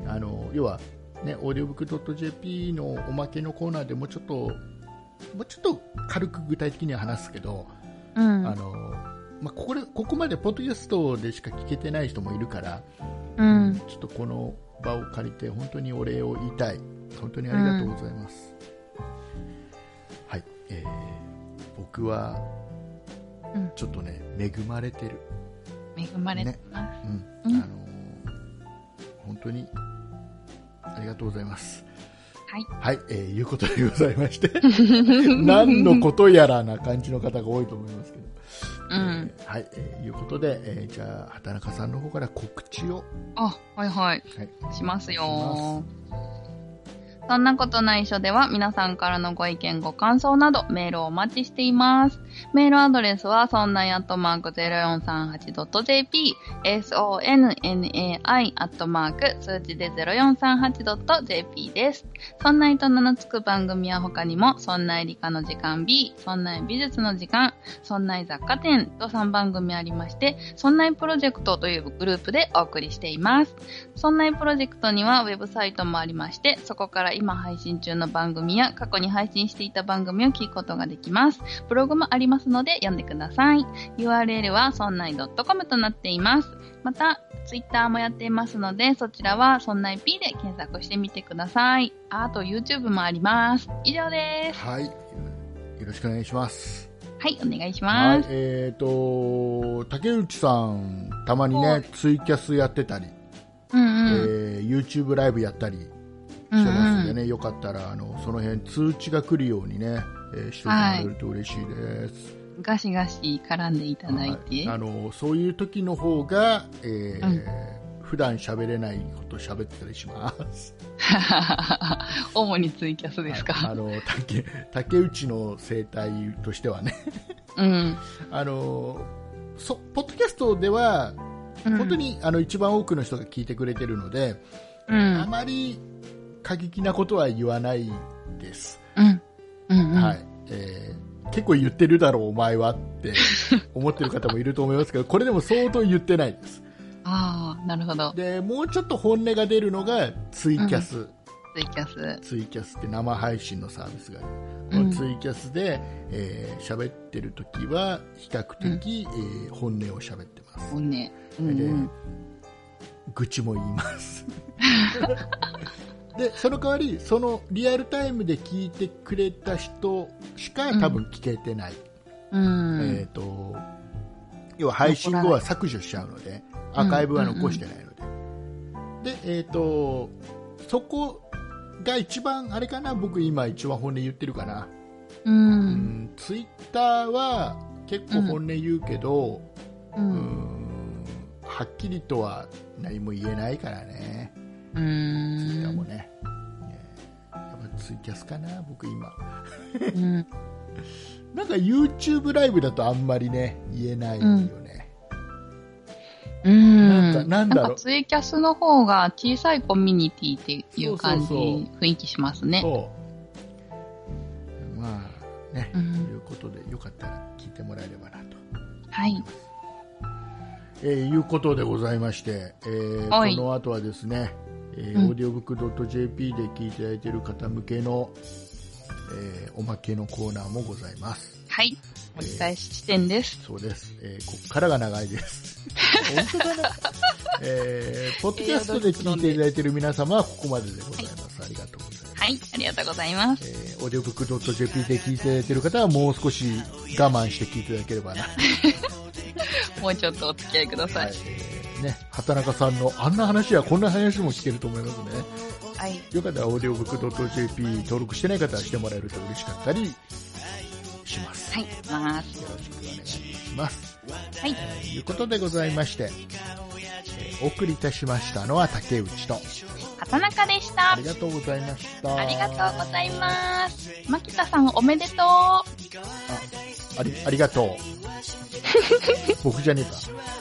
うん、あの要はね、オーディオブックドットジェーピー のおまけのコーナーでもちょっともうちょっと軽く具体的には話すけど、 うん、 あのまあ、ここでここまでポッドキャストでしか聞けてない人もいるから、 うん、 ちょっとこの場を借りて本当にお礼を言いたい。本当にありがとうございます、うん、はい、えー、僕はちょっとね、恵まれてる、 恵まれてます、 ね、うん、あの本当にありがとうございます。 はい、 はい、えー、いうことでございまして何のことやらな感じの方が多いと思いますけど、 うん、 えー、はい、えー、いうことで、えー、じゃあ畑中さんの方から告知を。 あ、はいはい、 はい、 しますよ。そんなことないしょでは皆さんからのご意見ご感想などメールをお待ちしています。メールアドレスはそんないアットマーク ゼロよんさんはちドットジェーピー sonnai アットマーク数字で ゼロよんさんはちドットジェーピー です。そんないと名の付く番組は他にもそんない理科の時間 B、そんない美術の時間、そんない雑貨店とさんばん組ありまして、そんないプロジェクトというグループでお送りしています。そんないプロジェクトにはウェブサイトもありまして、そこから今配信中の番組や過去に配信していた番組を聞くことができます。ブログもありますので読んでください。ユーアールエル はそんない .com となっています。また、ツイッター もやっていますので、そちらはそんない P で検索してみてください。あと YouTube もあります。以上です。 はい。よろしくお願いします。 はい、お願いします。 はい、えーと、竹内さん、たまにね、ツイキャスやってたり、 うんうんえー、YouTube ライブやったり、してますんでね、うんうん、よかったらあのその辺通知が来るようにね、えー、してもらえると嬉しいです、 はい、ガシガシ絡んでいただいて、はい、 あのそういう時の方が、えーうん、普段喋れないこと喋ってたりします主にツイキャスですか、 はい、あの 竹, 竹内の生態としてはね、 うん、 あのそポッドキャストでは、うん、本当にあの一番多くの人が聞いてくれてるので、 うん、 あまり過激なことは言わないです、 うんうんうん、 はい、えー、結構言ってるだろうお前はって思ってる方もいると思いますけど、これでも相当言ってないです。 ああ、なるほど。 でもうちょっと本音が出るのがツイキャス、うん、 ツイキャスツイキャスって生配信のサービスがある、うん、ツイキャスで、えー、喋ってる時は比較的、うん、えー、本音を喋ってます。 本音、うんうん、 で愚痴も言いますでその代わりそのリアルタイムで聞いてくれた人しか多分聞けてない、 うん、 えーと、要は配信後は削除しちゃうのでアーカイブは残してないので、うんうん、で、えーと、そこが一番あれかな、僕今一番本音言ってるかな、 うんうん、 ツイッターは結構本音言うけど、うん、うーんはっきりとは何も言えないからね。 うーん、 ツイッターもね、ね、やっぱツイキャスかな僕今、 うん、 なんか YouTube ライブだとあんまりね言えないよね、 ううん。 なんか、なんだろう。 なんかツイキャスの方が小さいコミュニティっていう感じ、そうそうそう雰囲気しますね。 そう。まあ、ね、うん、ということで、よかったら聞いてもらえればなと。 はい。 えー、いうことでございまして、えー、この後はですね、えー、オーディオブックドットジェーピー で聞いていただいている方向けの、えー、おまけのコーナーもございます。 はい。折り返し地点です。 えー、そうです。えー、こっからが長いです。本当だね。えー、ポッドキャストで聞いていただいている皆様はここまででございます。はい、ありがとうございます。 はい、ありがとうございます。 えー、オーディオブックドットジェーピー で聞いていただいている方はもう少し我慢して聞いていただければな。 もうちょっとお付き合いください。はい、 えー、ね、畑中さんのあんな話やこんな話も聞けると思いますね。 はい。 よかったらオーディオブックドットジェーピー 登録してない方はしてもらえると嬉しかったりします。 はい、ます。 よろしくお願いします。 はい。 えー、いうことでございまして、えー、お送りいたしましたのは竹内と畑中でした。 ありがとうございました。 ありがとうございます。牧田さんおめでとう。あ、 あり、ありがとう。僕じゃねえか。